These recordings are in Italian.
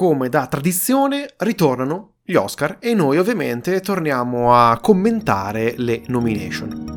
come da tradizione, ritornano gli Oscar e noi ovviamente torniamo a commentare le nomination.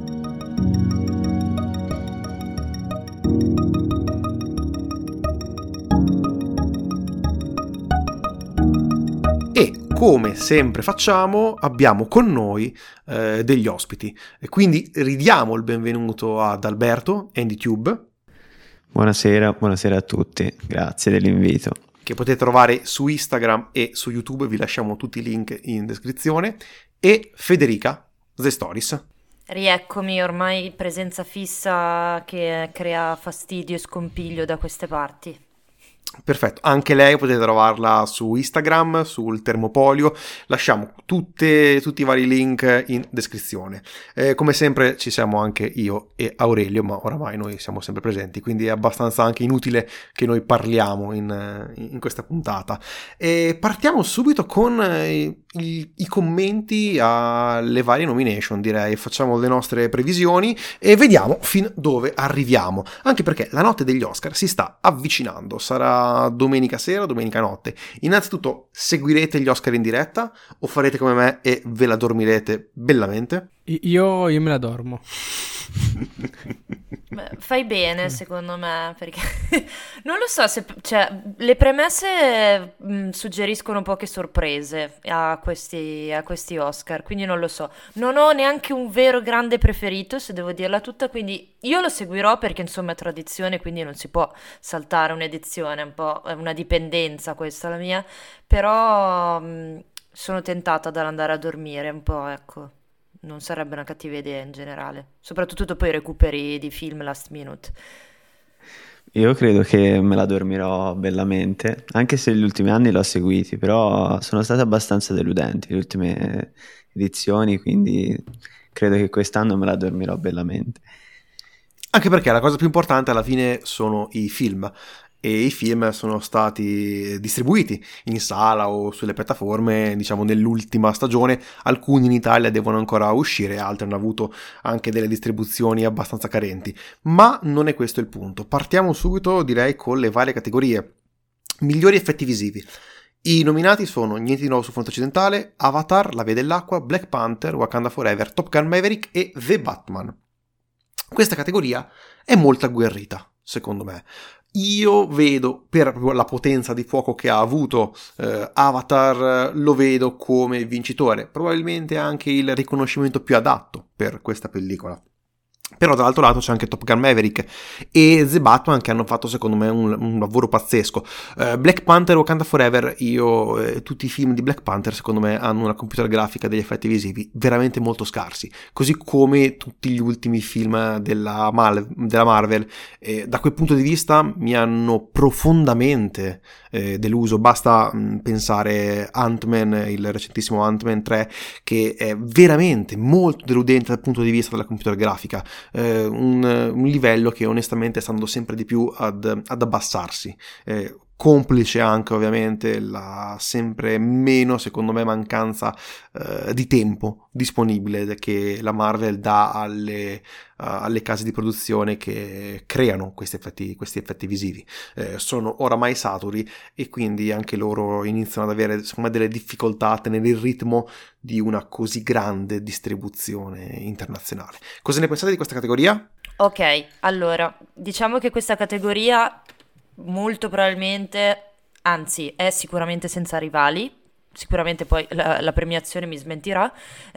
E come sempre facciamo, abbiamo con noi degli ospiti. E quindi ridiamo il benvenuto ad Alberto, AndyTube. Buonasera a tutti, grazie dell'invito. Che potete trovare su Instagram e su YouTube, vi lasciamo tutti i link in descrizione. E Federica, The Stories. Rieccomi, ormai presenza fissa che crea fastidio e scompiglio da queste parti. Perfetto, anche lei potete trovarla su Instagram, sul Termopolio, lasciamo tutti i vari link in descrizione. Come sempre ci siamo anche io e Aurelio, ma oramai noi siamo sempre presenti, quindi è abbastanza anche inutile che noi parliamo in questa puntata. E partiamo subito con i commenti alle varie nomination, direi. Facciamo le nostre previsioni e vediamo fin dove arriviamo, anche perché la notte degli Oscar si sta avvicinando, sarà domenica sera, domenica notte. Innanzitutto, seguirete gli Oscar in diretta o farete come me e ve la dormirete bellamente? Io me la dormo. Beh, fai bene secondo me, perché non lo so se, cioè, le premesse suggeriscono poche sorprese a questi Oscar, quindi non lo so. Non ho neanche un vero grande preferito, se devo dirla tutta, quindi io lo seguirò perché insomma è tradizione, quindi non si può saltare un'edizione, un po' è una dipendenza questa la mia, però sono tentata dall'andare a dormire un po', ecco. Non sarebbe una cattiva idea in generale, soprattutto dopo i recuperi di film last minute. Io credo che me la dormirò bellamente, anche se gli ultimi anni l'ho seguiti, però sono state abbastanza deludenti le ultime edizioni, quindi credo che quest'anno me la dormirò bellamente. Anche perché la cosa più importante alla fine sono i film. E i film sono stati distribuiti in sala o sulle piattaforme, diciamo, nell'ultima stagione. Alcuni in Italia devono ancora uscire, altri hanno avuto anche delle distribuzioni abbastanza carenti. Ma non è questo il punto. Partiamo subito, direi, con le varie categorie. Migliori effetti visivi. I nominati sono Niente di nuovo sul fronte occidentale, Avatar, La via dell'acqua, Black Panther, Wakanda Forever, Top Gun Maverick e The Batman. Questa categoria è molto agguerrita, secondo me. Io vedo, per proprio la potenza di fuoco che ha avuto Avatar, lo vedo come vincitore, probabilmente anche il riconoscimento più adatto per questa pellicola. Però dall'altro lato c'è anche Top Gun Maverick e The Batman, che hanno fatto secondo me un lavoro pazzesco. Black Panther, Wakanda Forever, tutti i film di Black Panther secondo me hanno una computer grafica degli effetti visivi veramente molto scarsi, così come tutti gli ultimi film della Marvel. Da quel punto di vista mi hanno profondamente deluso. Basta pensare Ant-Man, il recentissimo Ant-Man 3, che è veramente molto deludente dal punto di vista della computer grafica. Un livello che onestamente sta andando sempre di più ad abbassarsi, complice anche ovviamente la sempre meno, secondo me, mancanza di tempo disponibile che la Marvel dà alle case di produzione che creano questi effetti visivi. Sono oramai saturi e quindi anche loro iniziano ad avere, secondo me, delle difficoltà a tenere il ritmo di una così grande distribuzione internazionale. Cosa ne pensate di questa categoria? Ok, allora, diciamo che questa categoria molto probabilmente, anzi è sicuramente senza rivali, sicuramente poi la premiazione mi smentirà,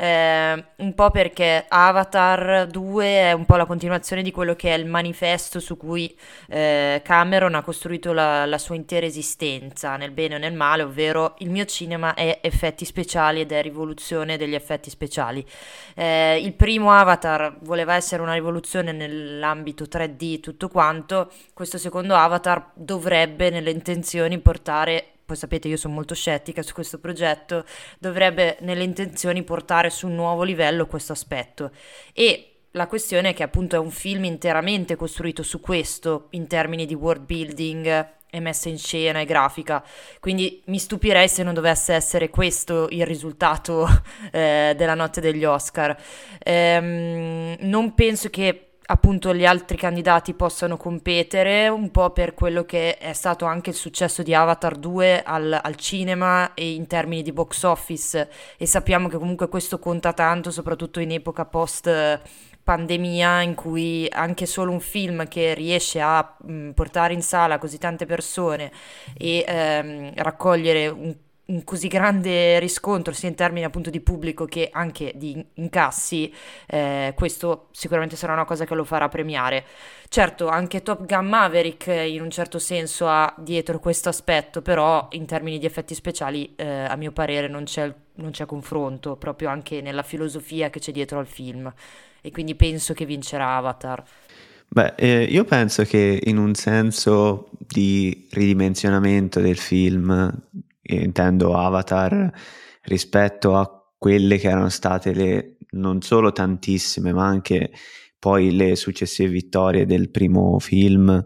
un po' perché Avatar 2 è un po' la continuazione di quello che è il manifesto su cui Cameron ha costruito la sua intera esistenza, nel bene o nel male, ovvero il mio cinema è effetti speciali ed è rivoluzione degli effetti speciali. Il primo Avatar voleva essere una rivoluzione nell'ambito 3D, tutto quanto. Questo secondo Avatar dovrebbe, nelle intenzioni, portare, poi sapete io sono molto scettica su questo progetto, dovrebbe nelle intenzioni portare su un nuovo livello questo aspetto. E la questione è che appunto è un film interamente costruito su questo, in termini di world building e messa in scena e grafica, quindi mi stupirei se non dovesse essere questo il risultato della notte degli Oscar. Non penso che appunto gli altri candidati possano competere, un po' per quello che è stato anche il successo di Avatar 2 al cinema e in termini di box office, e sappiamo che comunque questo conta tanto, soprattutto in epoca post pandemia, in cui anche solo un film che riesce a portare in sala così tante persone e raccogliere un così grande riscontro sia in termini appunto di pubblico che anche di incassi, questo sicuramente sarà una cosa che lo farà premiare. Certo, anche Top Gun Maverick in un certo senso ha dietro questo aspetto, però in termini di effetti speciali a mio parere non c'è confronto, proprio anche nella filosofia che c'è dietro al film, e quindi penso che vincerà Avatar. Beh, io penso che in un senso di ridimensionamento del film, intendo Avatar, rispetto a quelle che erano state le non solo tantissime, ma anche poi le successive vittorie del primo film,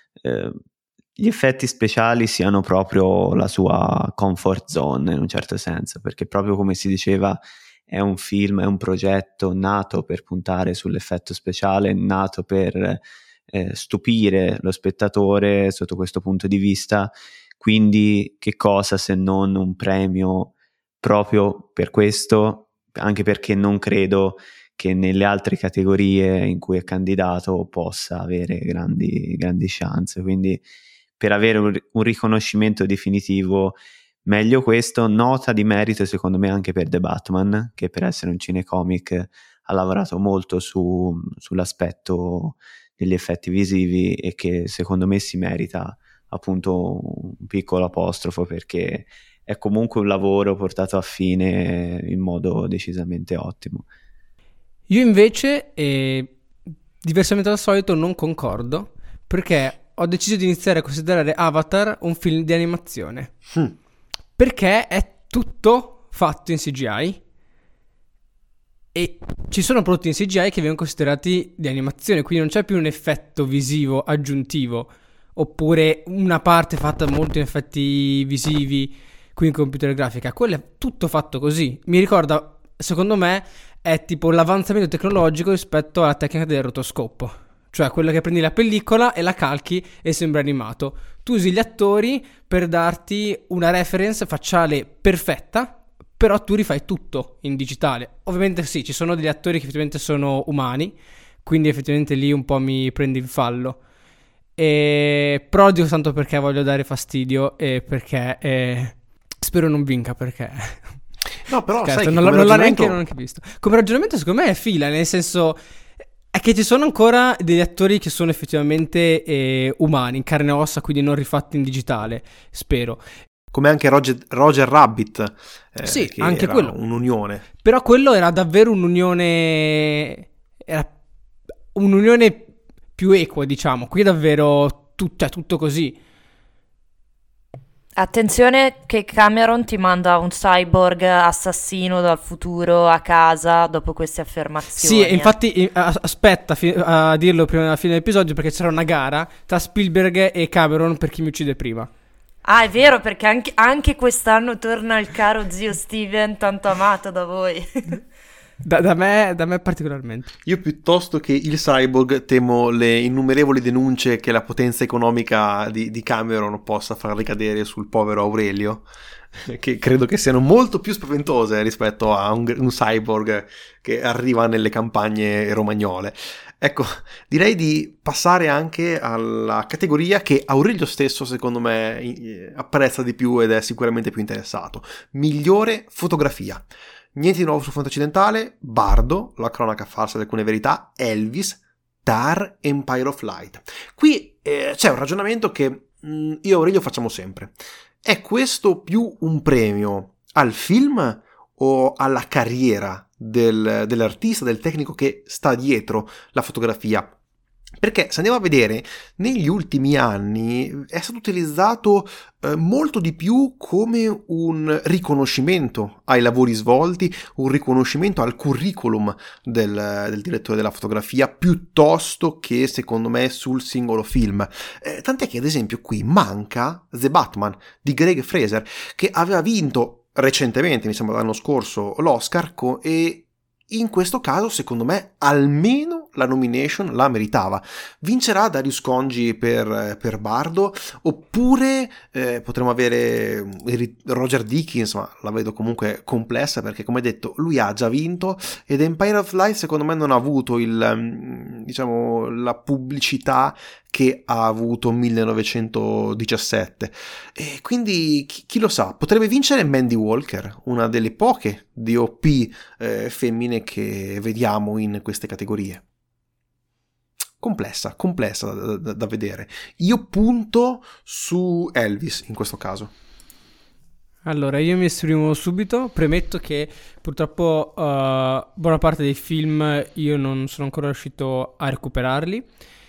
gli effetti speciali siano proprio la sua comfort zone in un certo senso, perché proprio come si diceva è un film, è un progetto nato per puntare sull'effetto speciale, nato per stupire lo spettatore sotto questo punto di vista. Quindi che cosa se non un premio proprio per questo, anche perché non credo che nelle altre categorie in cui è candidato possa avere grandi chance. Quindi per avere un riconoscimento definitivo meglio questo. Nota di merito secondo me anche per The Batman, che per essere un cinecomic ha lavorato molto sull'aspetto degli effetti visivi e che secondo me si merita appunto un piccolo apostrofo, perché è comunque un lavoro portato a fine in modo decisamente ottimo. Io invece, diversamente dal solito, non concordo, perché ho deciso di iniziare a considerare Avatar un film di animazione. Perché è tutto fatto in CGI e ci sono prodotti in CGI che vengono considerati di animazione, quindi non c'è più un effetto visivo aggiuntivo, oppure una parte fatta molto in effetti visivi, quindi computer grafica. Quello è tutto fatto così. Mi ricorda, secondo me, è tipo l'avanzamento tecnologico rispetto alla tecnica del rotoscopo. Cioè quella che prendi la pellicola e la calchi e sembra animato. Tu usi gli attori per darti una reference facciale perfetta, però tu rifai tutto in digitale. Ovviamente sì, ci sono degli attori che effettivamente sono umani, quindi effettivamente lì un po' mi prendi in fallo. Però dico tanto perché voglio dare fastidio e perché spero non vinca, perché no, però scherzo, sai non che l'ho neanche visto. Come ragionamento secondo me è fila, nel senso è che ci sono ancora degli attori che sono effettivamente umani, in carne e ossa, quindi non rifatti in digitale, spero. Come anche Roger Rabbit, sì, che anche era quello. un'unione. Però quello era davvero un'unione, era un'unione più equa, diciamo. Qui è davvero tutto così. Attenzione che Cameron ti manda un cyborg assassino dal futuro a casa dopo queste affermazioni. Sì, infatti aspetta a dirlo prima della fine dell'episodio, perché c'era una gara tra Spielberg e Cameron per chi mi uccide prima. Ah, è vero, perché anche quest'anno torna il caro zio Steven, tanto amato da voi. Da me particolarmente. Io piuttosto che il cyborg temo le innumerevoli denunce che la potenza economica di Cameron possa far ricadere sul povero Aurelio, che credo che siano molto più spaventose rispetto a un cyborg che arriva nelle campagne romagnole. Ecco, direi di passare anche alla categoria che Aurelio stesso, secondo me, apprezza di più ed è sicuramente più interessato. Migliore fotografia. Niente di nuovo sul fronte occidentale: Bardo, La cronaca falsa di alcune verità, Elvis, Tar, Empire of Light. Qui c'è un ragionamento che io e Aurelio facciamo sempre. È questo più un premio al film o alla carriera dell'artista, del tecnico che sta dietro la fotografia? Perché se andiamo a vedere, negli ultimi anni è stato utilizzato molto di più come un riconoscimento ai lavori svolti, un riconoscimento al curriculum del direttore della fotografia, piuttosto che, secondo me, sul singolo film. Tant'è che, ad esempio, qui manca The Batman di Greg Fraser, che aveva vinto recentemente, mi sembra l'anno scorso, l'Oscar, e in questo caso, secondo me, almeno la nomination la meritava. Vincerà Darius Khondji per Bardo, oppure potremo avere Roger Deakins, ma la vedo comunque complessa perché, come detto, lui ha già vinto ed Empire of Light secondo me non ha avuto la pubblicità che ha avuto 1917, e quindi chi lo sa, potrebbe vincere Mandy Walker, una delle poche DOP femmine che vediamo in queste categorie. Complessa da vedere. Io punto su Elvis in questo caso. Allora, io mi esprimo subito, premetto che purtroppo buona parte dei film io non sono ancora riuscito a recuperarli,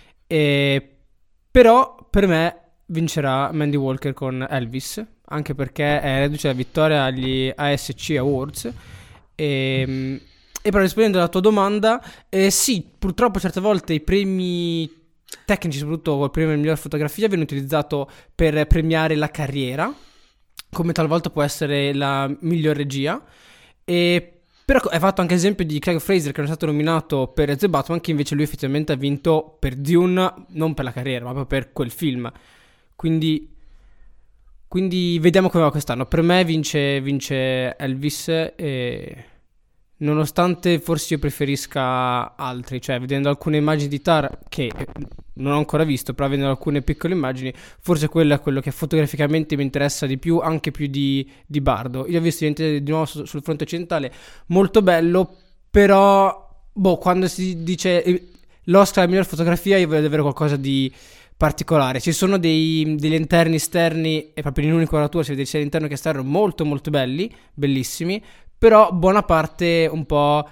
però per me vincerà Mandy Walker con Elvis, anche perché è reduce la vittoria agli ASC Awards. E però rispondendo alla tua domanda, sì, purtroppo certe volte i premi tecnici, soprattutto il premio miglior fotografia, viene utilizzato per premiare la carriera, come talvolta può essere la miglior regia. Però hai fatto anche esempio di Craig Fraser, che non è stato nominato per The Batman, che invece lui effettivamente ha vinto per Dune, non per la carriera, ma proprio per quel film. Quindi vediamo come va quest'anno. Per me vince Elvis, e nonostante forse io preferisca altri, cioè vedendo alcune immagini di Tar che non ho ancora visto, però vedendo alcune piccole immagini, forse quello è quello che fotograficamente mi interessa di più, anche più di Bardo. Io ho visto di nuovo sul fronte occidentale, molto bello, però quando si dice l'Oscar alla miglior fotografia, io voglio avere qualcosa di particolare. Ci sono degli interni, esterni, e proprio in un'inquadratura si vede sia l'interno che esterno molto molto belli, bellissimi, però buona parte un po'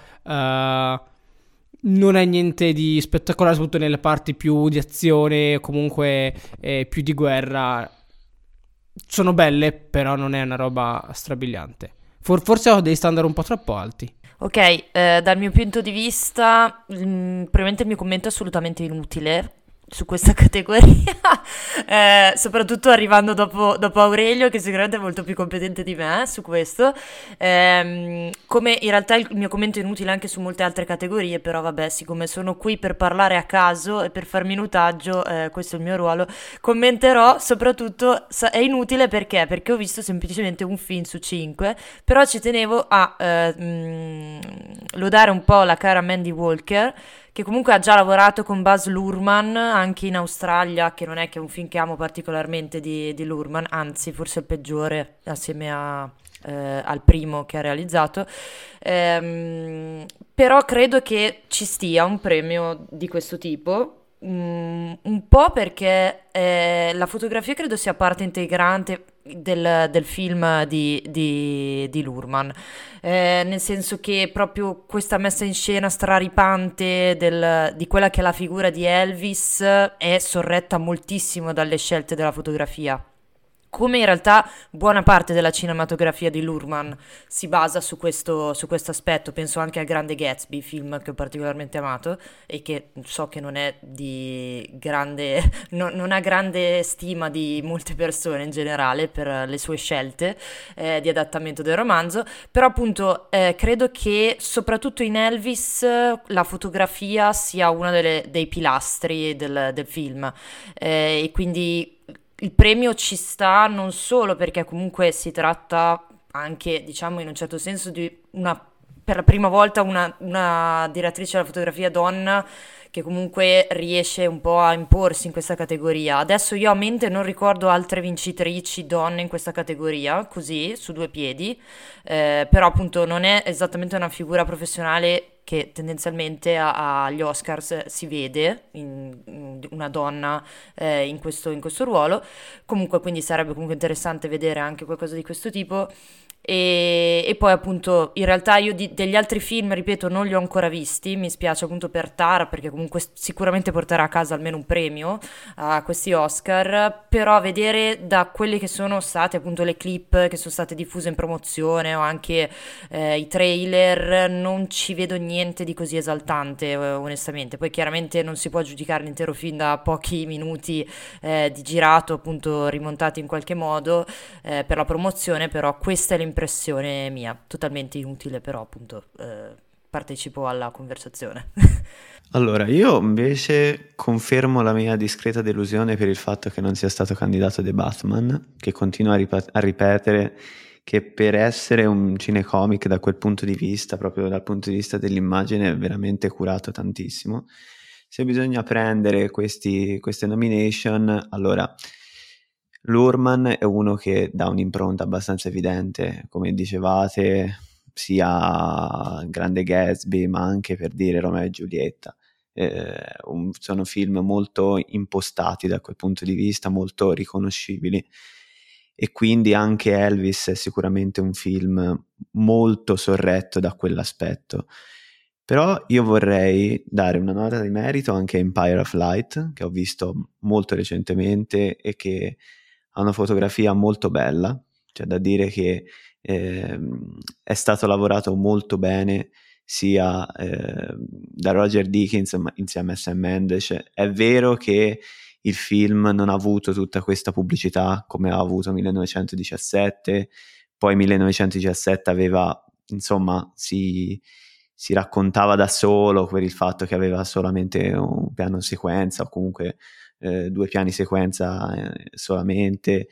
non è niente di spettacolare, soprattutto nelle parti più di azione, comunque più di guerra. Sono belle, però non è una roba strabiliante. Forse ho dei standard un po' troppo alti. Ok, dal mio punto di vista, probabilmente il mio commento è assolutamente inutile su questa categoria, soprattutto arrivando dopo Aurelio, che sicuramente è molto più competente di me su questo. Come in realtà il mio commento è inutile anche su molte altre categorie, però vabbè, siccome sono qui per parlare a caso e per far minutaggio, questo è il mio ruolo, commenterò. Soprattutto è inutile perché ho visto semplicemente un film su 5, però ci tenevo a lodare un po' la cara Mandy Walker, che comunque ha già lavorato con Baz Luhrmann anche in Australia, che non è che è un film che amo particolarmente di Luhrmann, anzi forse il peggiore assieme al primo che ha realizzato, però credo che ci stia un premio di questo tipo. Un po' perché la fotografia credo sia parte integrante del film di Luhrmann, nel senso che proprio questa messa in scena straripante di quella che è la figura di Elvis è sorretta moltissimo dalle scelte della fotografia. Come in realtà buona parte della cinematografia di Luhrmann si basa su questo aspetto. Penso anche al Grande Gatsby, film che ho particolarmente amato e che so che non è di grande, non ha grande stima di molte persone in generale per le sue scelte di adattamento del romanzo, però appunto credo che soprattutto in Elvis la fotografia sia uno dei pilastri del film, e quindi il premio ci sta non solo perché comunque si tratta anche, diciamo, in un certo senso di per la prima volta una direttrice della fotografia donna che comunque riesce un po' a imporsi in questa categoria. Adesso io a mente non ricordo altre vincitrici donne in questa categoria, così, su due piedi, però appunto non è esattamente una figura professionale che tendenzialmente agli Oscars si vede una donna in questo ruolo. Comunque, quindi sarebbe comunque interessante vedere anche qualcosa di questo tipo. E poi appunto in realtà io degli altri film, ripeto, non li ho ancora visti, mi spiace appunto per Tar, perché comunque sicuramente porterà a casa almeno un premio a questi Oscar, però a vedere da quelle che sono state appunto le clip che sono state diffuse in promozione o anche i trailer, non ci vedo niente di così esaltante, onestamente. Poi chiaramente non si può giudicare l'intero film da pochi minuti di girato, appunto rimontati in qualche modo per la promozione, però questa è l'impressione mia, totalmente inutile, però appunto partecipo alla conversazione. Allora, io invece confermo la mia discreta delusione per il fatto che non sia stato candidato The Batman, che continua a ripetere che per essere un cinecomic da quel punto di vista, proprio dal punto di vista dell'immagine, è veramente curato tantissimo. Se bisogna prendere queste nomination, allora Luhrmann è uno che dà un'impronta abbastanza evidente, come dicevate, sia Grande Gatsby, ma anche per dire Romeo e Giulietta. Sono film molto impostati da quel punto di vista, molto riconoscibili, e quindi anche Elvis è sicuramente un film molto sorretto da quell'aspetto. Però io vorrei dare una nota di merito anche a Empire of Light, che ho visto molto recentemente e che ha una fotografia molto bella. C'è da dire che è stato lavorato molto bene sia da Roger Deakins insieme a Sam Mendes. È vero che il film non ha avuto tutta questa pubblicità come ha avuto 1917, poi 1917 aveva, insomma, si raccontava da solo per il fatto che aveva solamente un piano sequenza, o comunque 2 piani sequenza solamente,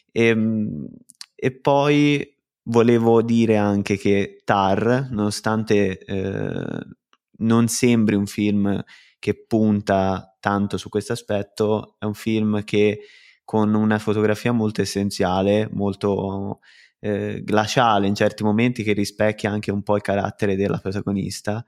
e poi volevo dire anche che Tar, nonostante non sembri un film che punta tanto su questo aspetto, è un film che con una fotografia molto essenziale, molto glaciale in certi momenti, che rispecchia anche un po' il carattere della protagonista,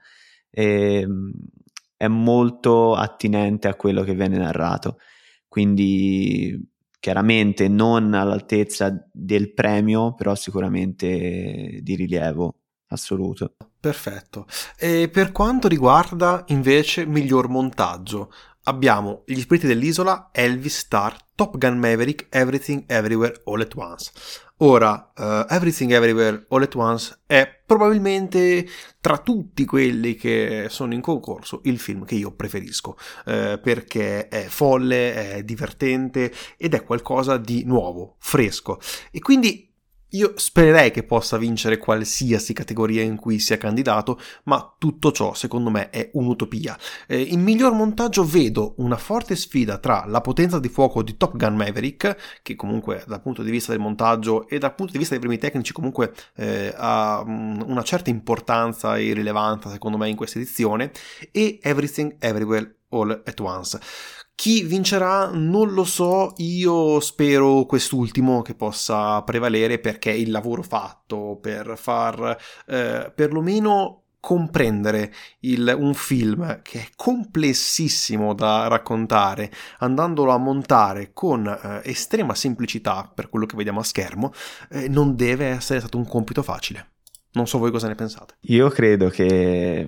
è molto attinente a quello che viene narrato, quindi chiaramente non all'altezza del premio, però sicuramente di rilievo assoluto. Perfetto. E per quanto riguarda invece miglior montaggio, abbiamo Gli spiriti dell'isola, Elvis, Star, Top Gun Maverick, Everything Everywhere All at Once. Ora, Everything Everywhere All at Once è probabilmente tra tutti quelli che sono in concorso il film che io preferisco, perché è folle, è divertente ed è qualcosa di nuovo, fresco. E quindi io spererei che possa vincere qualsiasi categoria in cui sia candidato, ma tutto ciò secondo me è un'utopia. In miglior montaggio vedo una forte sfida tra La potenza di fuoco di Top Gun Maverick, che comunque dal punto di vista del montaggio e dal punto di vista dei premi tecnici comunque ha una certa importanza e rilevanza secondo me in questa edizione, e Everything Everywhere All at Once. Chi vincerà non lo so, io spero quest'ultimo che possa prevalere, perché il lavoro fatto per far perlomeno comprendere un film che è complessissimo da raccontare, andandolo a montare con estrema semplicità per quello che vediamo a schermo, non deve essere stato un compito facile. Non so voi cosa ne pensate. Io credo che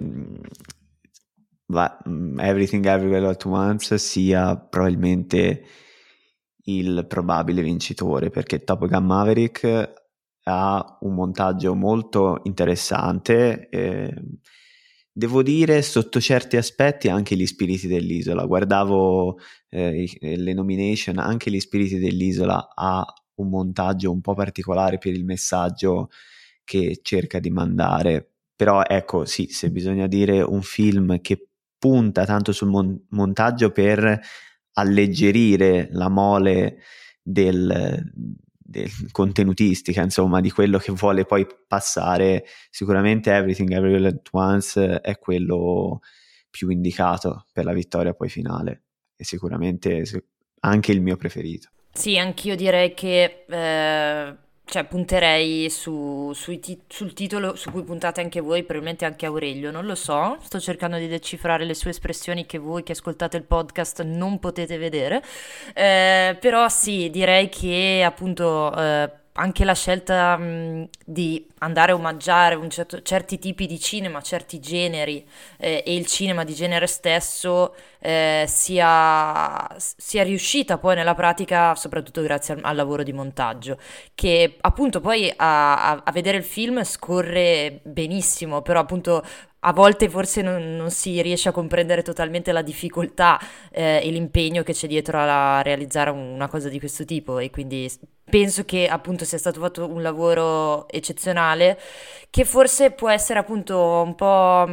Everything Everywhere All at Once sia probabilmente il probabile vincitore, perché Top Gun Maverick ha un montaggio molto interessante, devo dire sotto certi aspetti anche Gli spiriti dell'isola. Guardavo le nomination, anche Gli spiriti dell'isola ha un montaggio un po' particolare per il messaggio che cerca di mandare. Però ecco, sì, se bisogna dire un film che punta tanto sul montaggio per alleggerire la mole del contenutistica, insomma, di quello che vuole poi passare, sicuramente Everything Everywhere at Once è quello più indicato per la vittoria poi finale, e sicuramente anche il mio preferito. Sì, anch'io direi che punterei sul titolo su cui puntate anche voi, probabilmente anche Aurelio, non lo so, sto cercando di decifrare le sue espressioni che voi che ascoltate il podcast non potete vedere, però sì, direi che appunto anche la scelta di andare a omaggiare certi tipi di cinema, certi generi e il cinema di genere stesso sia riuscita poi nella pratica, soprattutto grazie al lavoro di montaggio, che appunto poi a vedere il film scorre benissimo, però appunto a volte forse non si riesce a comprendere totalmente la difficoltà e l'impegno che c'è dietro a realizzare una cosa di questo tipo, e quindi penso che appunto sia stato fatto un lavoro eccezionale, che forse può essere appunto un po'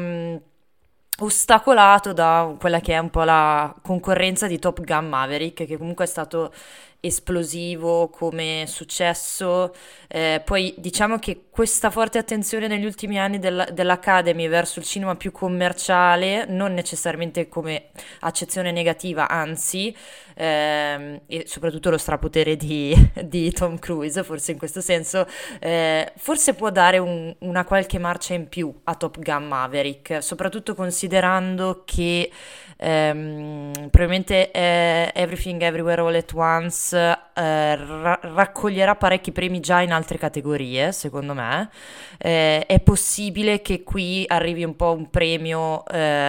ostacolato da quella che è un po' la concorrenza di Top Gun Maverick, che comunque è stato esplosivo come successo. Poi diciamo che questa forte attenzione negli ultimi anni dell'Academy verso il cinema più commerciale, non necessariamente come accezione negativa, anzi, e soprattutto lo strapotere di Tom Cruise, forse in questo senso, forse può dare una qualche marcia in più a Top Gun Maverick, soprattutto considerando che probabilmente Everything Everywhere All at Once raccoglierà parecchi premi già in altre categorie, secondo me. È possibile che qui arrivi un po' un premio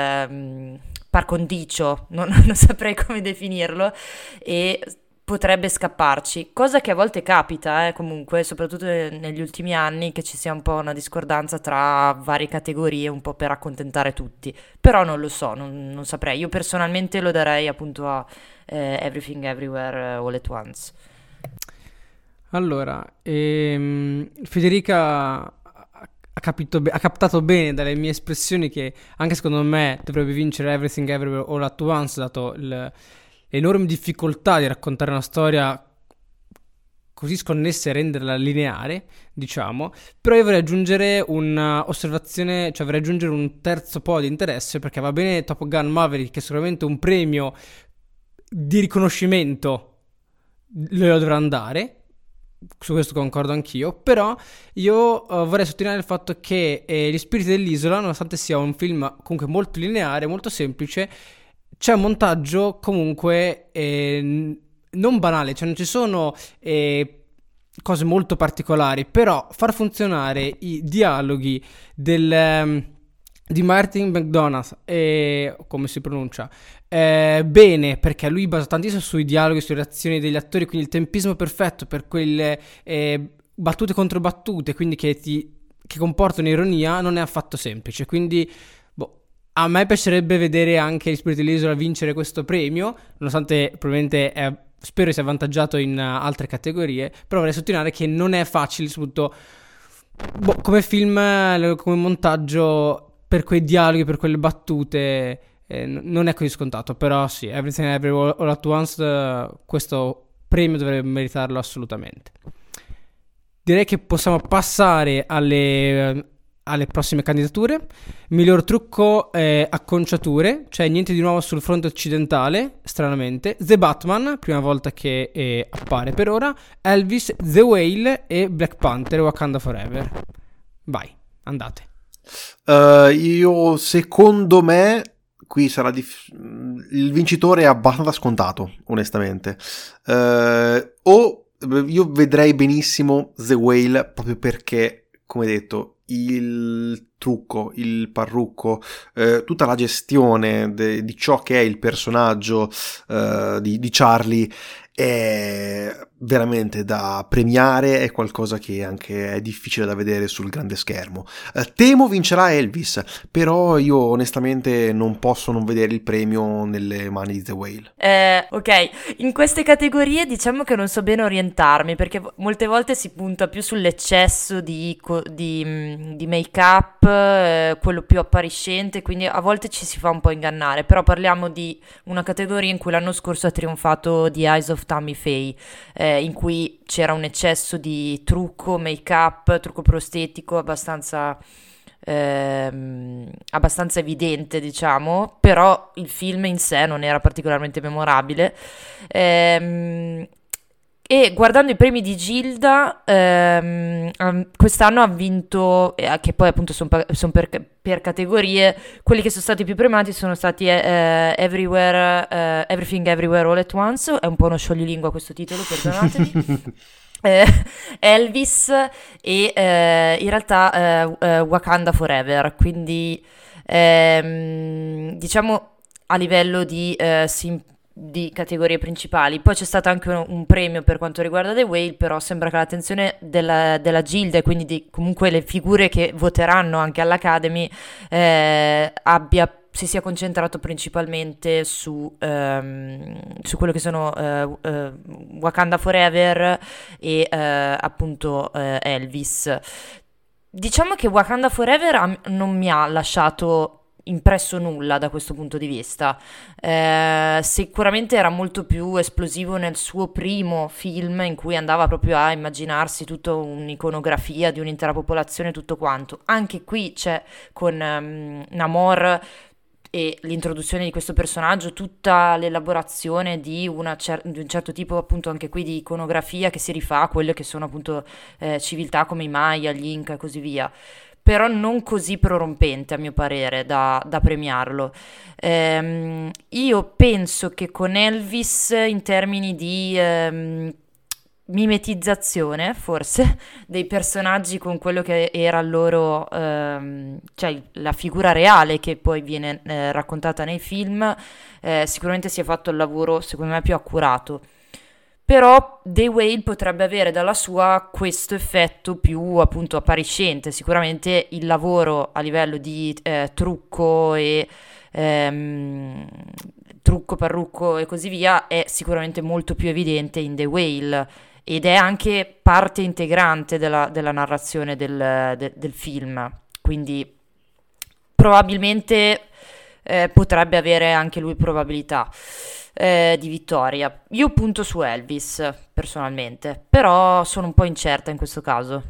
par condicio, non saprei come definirlo, e potrebbe scapparci, cosa che a volte capita, comunque, soprattutto negli ultimi anni, che ci sia un po' una discordanza tra varie categorie, un po' per accontentare tutti, però non lo so, non saprei. Io personalmente lo darei appunto a Everything Everywhere All at Once. Allora, Federica ha captato bene dalle mie espressioni che anche secondo me dovrebbe vincere Everything Everywhere All at Once, dato l'enorme difficoltà di raccontare una storia così sconnessa e renderla lineare, diciamo. Però io vorrei aggiungere un'osservazione, cioè vorrei aggiungere un terzo po' di interesse, perché va bene Top Gun Maverick, che è sicuramente un premio di riconoscimento lo dovrà andare, su questo concordo anch'io, però io vorrei sottolineare il fatto che Gli spiriti dell'isola, nonostante sia un film comunque molto lineare, molto semplice, c'è un montaggio comunque non banale, cioè non ci sono cose molto particolari, però far funzionare i dialoghi di Martin McDonagh, come si pronuncia, bene, perché lui basa tantissimo sui dialoghi, sulle reazioni degli attori, quindi il tempismo perfetto per quelle battute contro battute, quindi che comportano ironia, non è affatto semplice, quindi a me piacerebbe vedere anche Gli spiriti dell'isola vincere questo premio, nonostante probabilmente spero sia avvantaggiato in altre categorie, però vorrei sottolineare che non è facile, soprattutto come film, come montaggio, per quei dialoghi, per quelle battute, non è così scontato, però sì, Everything Everywhere All at Once, questo premio dovrebbe meritarlo assolutamente. Direi che possiamo passare alle prossime candidature. Miglior trucco acconciature, cioè niente di nuovo sul fronte occidentale, stranamente. The Batman, prima volta che appare per ora. Elvis, The Whale e Black Panther Wakanda Forever. Vai, andate. Io, secondo me, qui sarà il vincitore è abbastanza scontato, onestamente. O io vedrei benissimo The Whale, proprio perché, come detto, il trucco, il parrucco, tutta la gestione di ciò che è il personaggio di Charlie è veramente da premiare, è qualcosa che anche è difficile da vedere sul grande schermo. Temo vincerà Elvis, però io onestamente non posso non vedere il premio nelle mani di The Whale. Ok, in queste categorie diciamo che non so bene orientarmi, perché molte volte si punta più sull'eccesso di make-up, quello più appariscente, quindi a volte ci si fa un po' ingannare, però parliamo di una categoria in cui l'anno scorso ha trionfato The Eyes of Tammy Faye, in cui c'era un eccesso di trucco, make-up, trucco prostetico abbastanza evidente, diciamo, però il film in sé non era particolarmente memorabile. E guardando i premi di Gilda, quest'anno ha vinto, che poi appunto sono per categorie, quelli che sono stati più premiati sono stati Everything Everywhere All at Once, è un po' uno scioglilingua questo titolo, perdonatemi, Elvis e in realtà Wakanda Forever, quindi diciamo a livello di di categorie principali. Poi c'è stato anche un premio per quanto riguarda The Whale, però sembra che l'attenzione della Gilda e quindi comunque le figure che voteranno anche all'Academy si sia concentrato principalmente su quello che sono Wakanda Forever e appunto Elvis. Diciamo che Wakanda Forever non mi ha lasciato impresso nulla da questo punto di vista. Sicuramente era molto più esplosivo nel suo primo film, in cui andava proprio a immaginarsi tutta un'iconografia di un'intera popolazione, tutto quanto. Anche qui c'è con Namor e l'introduzione di questo personaggio, tutta l'elaborazione di un certo tipo appunto anche qui di iconografia che si rifà a quelle che sono appunto civiltà come i Maya, gli Inca e così via, però non così prorompente a mio parere da premiarlo. Io penso che con Elvis, in termini di mimetizzazione forse dei personaggi con quello che era il loro cioè la figura reale che poi viene raccontata nei film, sicuramente si è fatto il lavoro secondo me più accurato. Però The Whale potrebbe avere dalla sua questo effetto più appunto appariscente. Sicuramente il lavoro a livello di trucco e trucco, parrucco e così via è sicuramente molto più evidente in The Whale, ed è anche parte integrante della narrazione del film, quindi probabilmente potrebbe avere anche lui probabilità di vittoria. Io punto su Elvis personalmente, però sono un po' incerta in questo caso.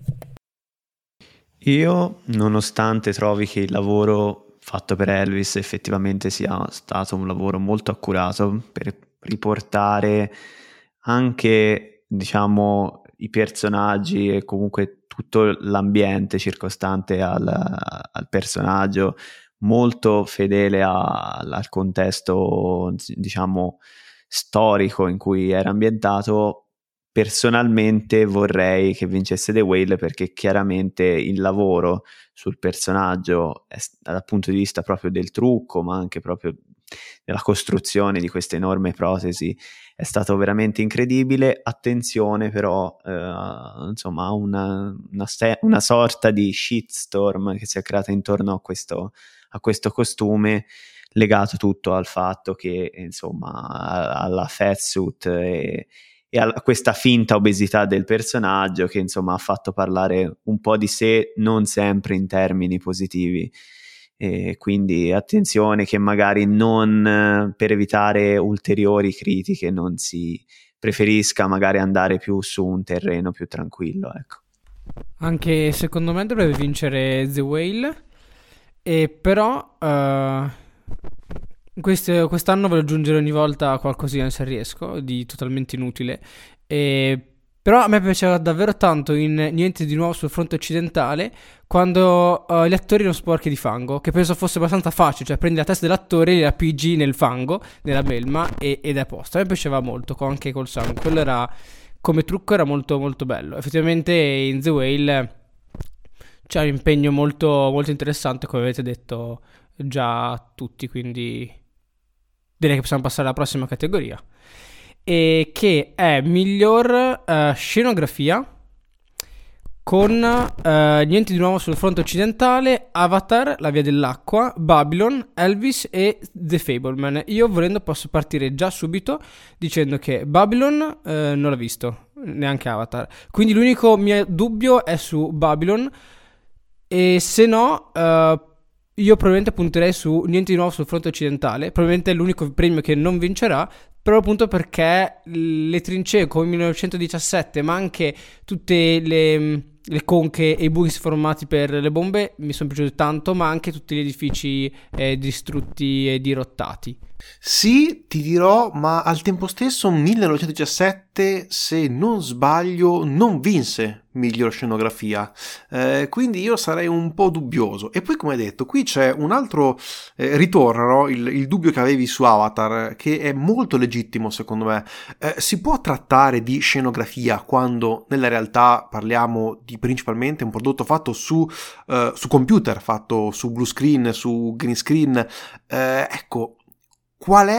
Io, nonostante trovi che il lavoro fatto per Elvis effettivamente sia stato un lavoro molto accurato per riportare anche, diciamo, i personaggi e comunque tutto l'ambiente circostante al personaggio, molto fedele al contesto, diciamo, storico in cui era ambientato. Personalmente vorrei che vincesse The Whale, perché chiaramente il lavoro sul personaggio dal punto di vista proprio del trucco, ma anche proprio della costruzione di queste enorme protesi, è stato veramente incredibile. Attenzione però, insomma, a una sorta di shitstorm che si è creata intorno a questo costume, legato tutto al fatto che, insomma, alla fatsuit e a questa finta obesità del personaggio, che insomma ha fatto parlare un po' di sé, non sempre in termini positivi. E quindi attenzione che magari non, per evitare ulteriori critiche, non si preferisca magari andare più su un terreno più tranquillo, ecco. Anche secondo me dovrebbe vincere The Whale, e però quest'anno voglio aggiungere ogni volta qualcosina se riesco, di totalmente inutile. Però a me piaceva davvero tanto in Niente di nuovo sul fronte occidentale, quando gli attori erano sporchi di fango, che penso fosse abbastanza facile, cioè prendi la testa dell'attore, la PG nel fango, nella melma, ed è a posto. A me piaceva molto, anche col sangue. Quello era, come trucco, era molto molto bello. Effettivamente in The Whale c'è un impegno molto molto interessante, come avete detto già tutti, quindi direi che possiamo passare alla prossima categoria, e che è miglior scenografia, con Niente di nuovo sul fronte occidentale, Avatar, La via dell'acqua, Babylon, Elvis e The Fableman. Io, volendo, posso partire già subito dicendo che Babylon non l'ho visto, neanche Avatar, quindi l'unico mio dubbio è su Babylon, e se no io probabilmente punterei su Niente di nuovo sul fronte occidentale. Probabilmente è l'unico premio che non vincerà, però appunto perché le trincee come 1917, ma anche tutte le conche e i buchi sformati per le bombe mi sono piaciuti tanto, ma anche tutti gli edifici distrutti e dirottati. Sì, ti dirò, ma al tempo stesso 1917, se non sbaglio, non vinse miglior scenografia, quindi io sarei un po' dubbioso. E poi, come hai detto, qui c'è un altro ritorno, no? Il dubbio che avevi su Avatar, che è molto legittimo secondo me. Si può trattare di scenografia quando nella realtà parliamo di principalmente un prodotto fatto su computer, fatto su blue screen, su green screen? Ecco, qual è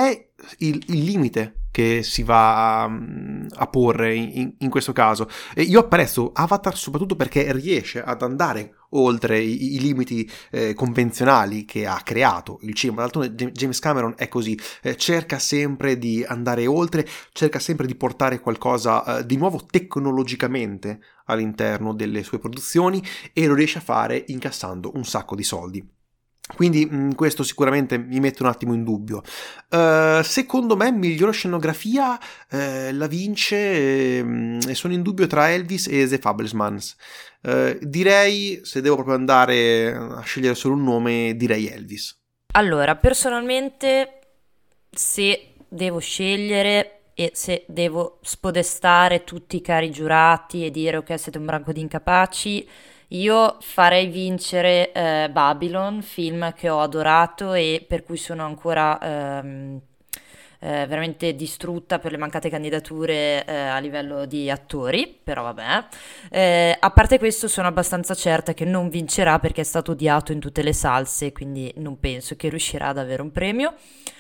il limite che si va a porre in questo caso. E io apprezzo Avatar soprattutto perché riesce ad andare oltre i limiti convenzionali che ha creato il cinema. D'altronde James Cameron è così, cerca sempre di andare oltre, cerca sempre di portare qualcosa di nuovo tecnologicamente all'interno delle sue produzioni, e lo riesce a fare incassando un sacco di soldi. Quindi questo sicuramente mi mette un attimo in dubbio. Secondo me migliore scenografia la vince, e sono in dubbio tra Elvis e The Fabelmans. Direi, se devo proprio andare a scegliere solo un nome, direi Elvis. Allora, personalmente, se devo scegliere e se devo spodestare tutti i cari giurati e dire ok, siete un branco di incapaci, io farei vincere Babylon, film che ho adorato e per cui sono ancora veramente distrutta per le mancate candidature a livello di attori, però vabbè. A parte questo, sono abbastanza certa che non vincerà perché è stato odiato in tutte le salse, quindi non penso che riuscirà ad avere un premio.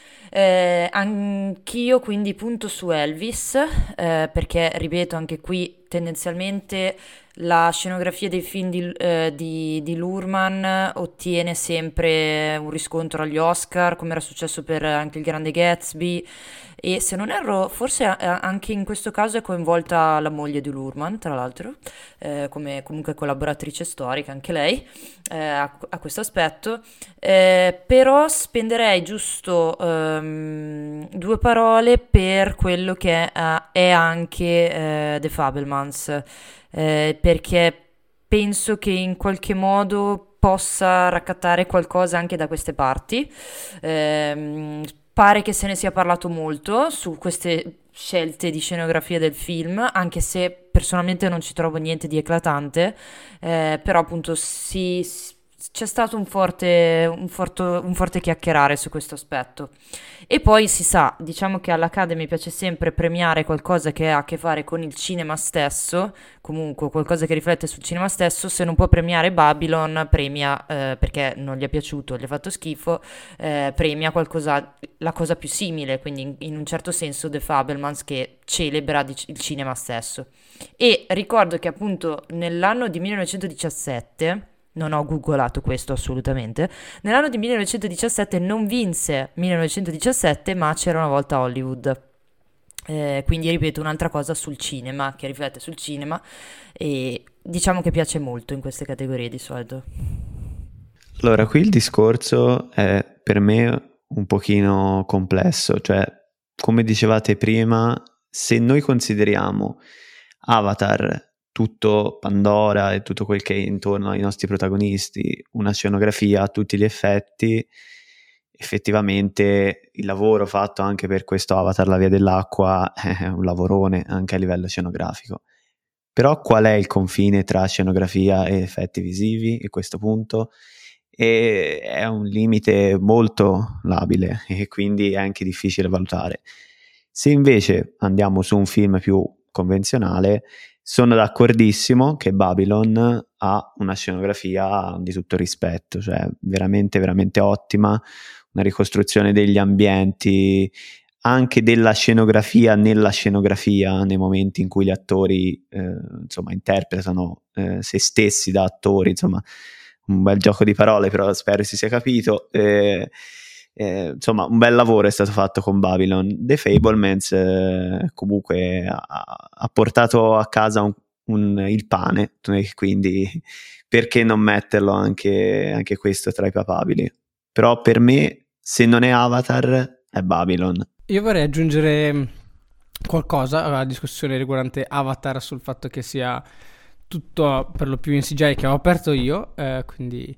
Anch'io quindi punto su Elvis, perché ripeto, anche qui tendenzialmente la scenografia dei film di Luhrmann ottiene sempre un riscontro agli Oscar, come era successo per anche il Grande Gatsby, e se non erro forse anche in questo caso è coinvolta la moglie di Luhrmann, tra l'altro, come comunque collaboratrice storica anche lei, a questo aspetto. Però spenderei giusto due parole per quello che è anche The Fabelmans, perché penso che in qualche modo possa raccattare qualcosa anche da queste parti. Pare che se ne sia parlato molto su queste scelte di scenografia del film, anche se personalmente non ci trovo niente di eclatante, però appunto c'è stato un forte chiacchierare su questo aspetto. E poi si sa, diciamo che all'Academy piace sempre premiare qualcosa che ha a che fare con il cinema stesso, comunque qualcosa che riflette sul cinema stesso. Se non può premiare Babylon, premia, perché non gli è piaciuto, gli ha fatto schifo, premia qualcosa, la cosa più simile, quindi in un certo senso The Fabelmans, che celebra il cinema stesso. E ricordo che appunto nell'anno di 1917... non ho googolato questo assolutamente. Nell'anno di 1917 non vinse 1917, ma c'era una volta Hollywood. Quindi ripeto, un'altra cosa sul cinema, che riflette sul cinema, e diciamo che piace molto in queste categorie di solito. Allora, qui il discorso è per me un pochino complesso, cioè come dicevate prima, se noi consideriamo Avatar, tutto Pandora e tutto quel che è intorno ai nostri protagonisti, una scenografia a tutti gli effetti, effettivamente il lavoro fatto anche per questo Avatar, La Via dell'Acqua, è un lavorone anche a livello scenografico. Però qual è il confine tra scenografia e effetti visivi a questo punto? E è un limite molto labile e quindi è anche difficile valutare. Se invece andiamo su un film più convenzionale, sono d'accordissimo che Babylon ha una scenografia di tutto rispetto, cioè veramente veramente ottima, una ricostruzione degli ambienti, anche della scenografia nella scenografia, nei momenti in cui gli attori insomma interpretano se stessi da attori, insomma un bel gioco di parole, però spero si sia capito. Insomma, un bel lavoro è stato fatto con Babylon. The Fabelmans comunque ha portato a casa il pane, quindi perché non metterlo anche questo tra i papabili? Però per me, se non è Avatar, è Babylon. Io vorrei aggiungere qualcosa alla discussione riguardante Avatar, sul fatto che sia tutto per lo più in CGI, che ho aperto io, quindi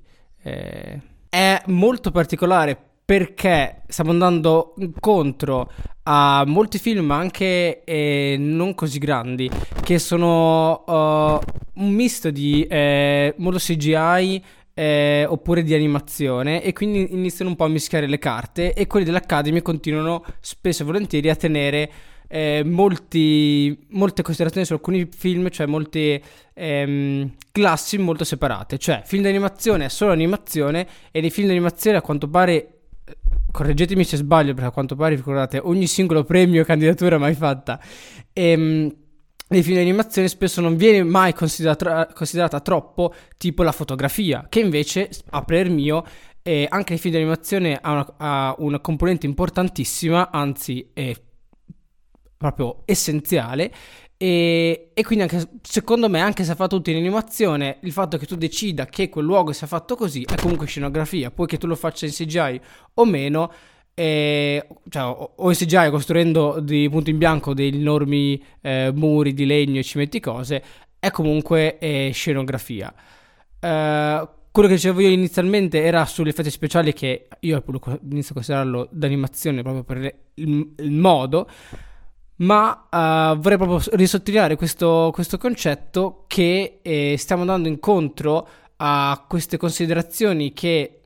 è molto particolare perché stiamo andando incontro a molti film anche non così grandi, che sono un misto di molto CGI oppure di animazione, e quindi iniziano un po' a mischiare le carte, e quelli dell'Academy continuano spesso e volentieri a tenere molte considerazioni su alcuni film, cioè molte classi molto separate. Cioè film d'animazione è solo animazione, e nei film d'animazione a quanto pare correggetemi se sbaglio, perché a quanto pare, ricordate, ogni singolo premio e candidatura mai fatta. Nei film di animazione spesso non viene mai considerata troppo, tipo la fotografia, che invece, a parer mio, anche nei film di animazione ha una componente importantissima, anzi è proprio essenziale. E quindi anche, secondo me, anche se fa tutto in animazione, il fatto che tu decida che quel luogo sia fatto così è comunque scenografia. Poi che tu lo faccia in CGI o meno, cioè, o in CGI costruendo di punto in bianco degli enormi muri di legno e ci metti cose, è comunque scenografia. Quello che dicevo io inizialmente era sugli effetti speciali, che io inizio a considerarlo d'animazione proprio per il modo. Ma vorrei proprio risottolineare questo concetto che stiamo andando incontro a queste considerazioni che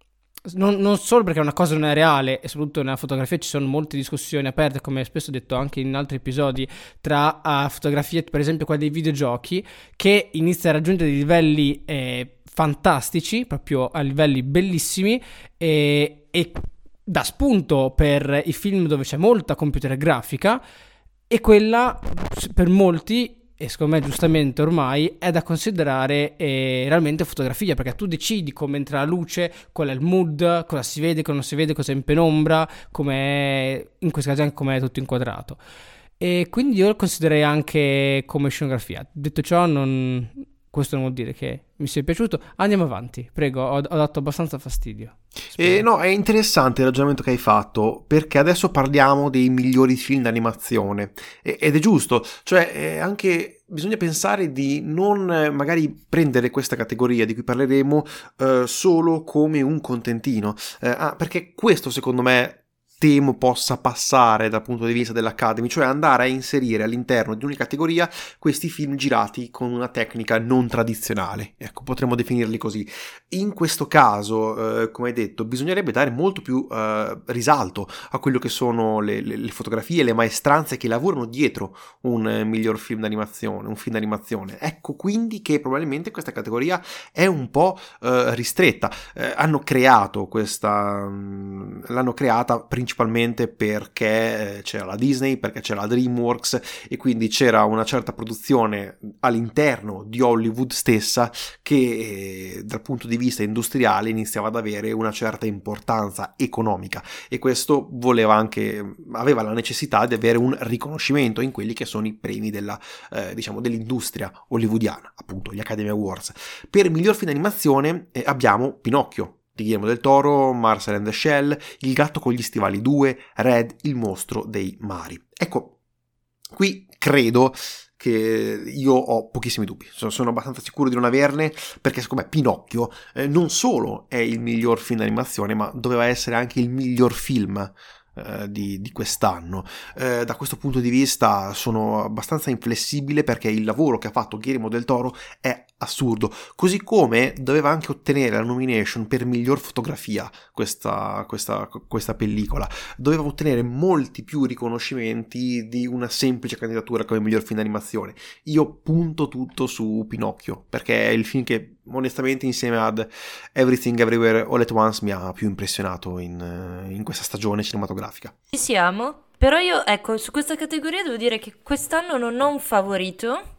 non solo perché una cosa non è reale, e soprattutto nella fotografia ci sono molte discussioni aperte, come spesso ho detto anche in altri episodi, tra fotografie, per esempio quella dei videogiochi, che inizia a raggiungere dei livelli fantastici, proprio a livelli bellissimi, e dà spunto per i film dove c'è molta computer grafica, e quella per molti, e secondo me giustamente ormai, è da considerare realmente fotografia, perché tu decidi come entra la luce, qual è il mood, cosa si vede, cosa non si vede, cosa è in penombra, come in questo caso anche come è tutto inquadrato. E quindi io lo considererei anche come scenografia. Detto ciò, questo non vuol dire che mi sia piaciuto. Andiamo avanti, prego, ho dato abbastanza fastidio. No, è interessante il ragionamento che hai fatto, perché adesso parliamo dei migliori film d'animazione ed è giusto, cioè anche bisogna pensare di non magari prendere questa categoria di cui parleremo solo come un contentino, perché questo secondo me temo possa passare dal punto di vista dell'Academy, cioè andare a inserire all'interno di una categoria questi film girati con una tecnica non tradizionale, ecco, potremmo definirli così. In questo caso, come hai detto, bisognerebbe dare molto più risalto a quello che sono le fotografie, le maestranze che lavorano dietro un miglior film d'animazione, un film d'animazione. Ecco quindi che probabilmente questa categoria è un po' ristretta. L'hanno creata principalmente perché c'era la Disney, perché c'era la DreamWorks, e quindi c'era una certa produzione all'interno di Hollywood stessa che dal punto di vista industriale iniziava ad avere una certa importanza economica, e questo aveva la necessità di avere un riconoscimento in quelli che sono i premi dell'industria hollywoodiana, appunto gli Academy Awards. Per il miglior film d'animazione abbiamo Pinocchio di Guillermo del Toro, Marcel and the Shell, Il gatto con gli stivali 2, Red, il mostro dei mari. Ecco, qui credo che io ho pochissimi dubbi, sono abbastanza sicuro di non averne, perché secondo me Pinocchio non solo è il miglior film d'animazione, ma doveva essere anche il miglior film di quest'anno. Da questo punto di vista sono abbastanza inflessibile, perché il lavoro che ha fatto Guillermo del Toro è assurdo, così come doveva anche ottenere la nomination per miglior fotografia questa pellicola, doveva ottenere molti più riconoscimenti di una semplice candidatura come miglior film d'animazione. Io punto tutto su Pinocchio, perché è il film che onestamente insieme ad Everything Everywhere All at Once mi ha più impressionato in questa stagione cinematografica. Ci siamo, però io ecco, su questa categoria devo dire che quest'anno non ho un favorito,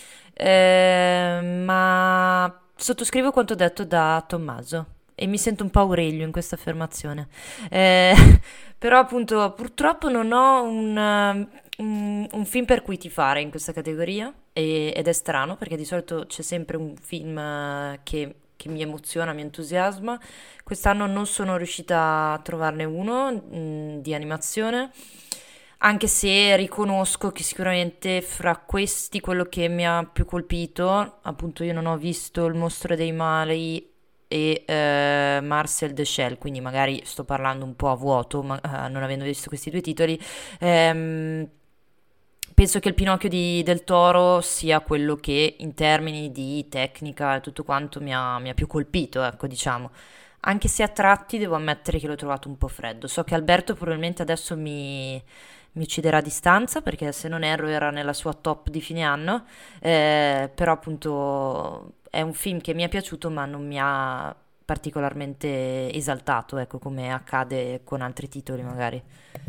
ma sottoscrivo quanto detto da Tommaso e mi sento un po' Aurelio in questa affermazione. Però appunto purtroppo non ho un film per cui tifare in questa categoria, ed è strano perché di solito c'è sempre un film che mi emoziona, mi entusiasma. Quest'anno non sono riuscita a trovarne uno di animazione, anche se riconosco che sicuramente fra questi quello che mi ha più colpito, appunto io non ho visto Il mostro dei mari e Marcel the Shell, quindi magari sto parlando un po' a vuoto, ma non avendo visto questi due titoli, penso che il Pinocchio del Toro sia quello che in termini di tecnica e tutto quanto mi ha più colpito, ecco, diciamo. Anche se a tratti devo ammettere che l'ho trovato un po' freddo. So che Alberto probabilmente adesso mi ucciderà a distanza, perché se non erro era nella sua top di fine anno, però appunto è un film che mi è piaciuto ma non mi ha particolarmente esaltato, ecco, come accade con altri titoli magari.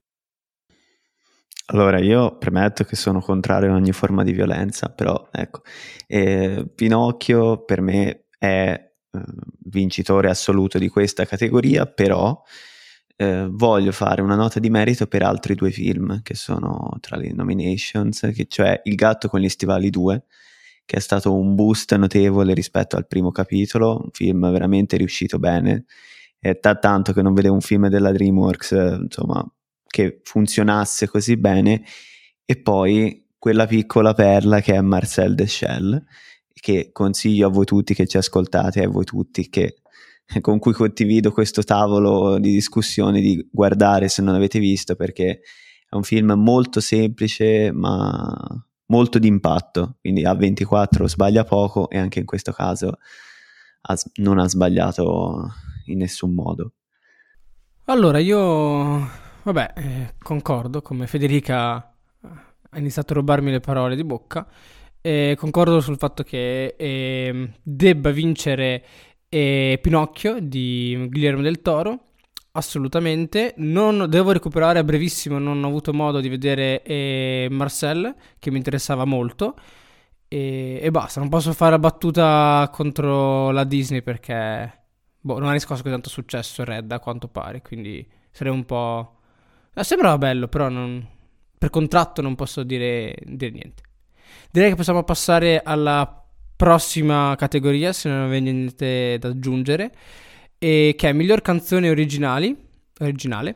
Allora, io premetto che sono contrario a ogni forma di violenza, però ecco, Pinocchio per me è vincitore assoluto di questa categoria, però voglio fare una nota di merito per altri due film che sono tra le nominations, cioè Il gatto con gli stivali 2, che è stato un boost notevole rispetto al primo capitolo, un film veramente riuscito bene, tanto che non vedevo un film della DreamWorks, insomma, che funzionasse così bene. E poi quella piccola perla che è Marcel Deschelles, che consiglio a voi tutti che ci ascoltate, a voi tutti con cui condivido questo tavolo di discussione, di guardare se non avete visto, perché è un film molto semplice ma molto d'impatto, quindi A24 sbaglia poco e anche in questo caso non ha sbagliato in nessun modo. Allora, io, vabbè, concordo, come Federica ha iniziato a rubarmi le parole di bocca, concordo sul fatto che debba vincere Pinocchio di Guillermo del Toro, assolutamente. Non devo recuperare a brevissimo, non ho avuto modo di vedere Marcel, che mi interessava molto, e basta, non posso fare la battuta contro la Disney perché non ha riscosso così tanto successo Red a quanto pare, quindi sarei un po'... sembrava bello, però per contratto non posso dire niente. Direi che possiamo passare alla prossima categoria, se non avete niente da aggiungere, che è miglior canzone originale.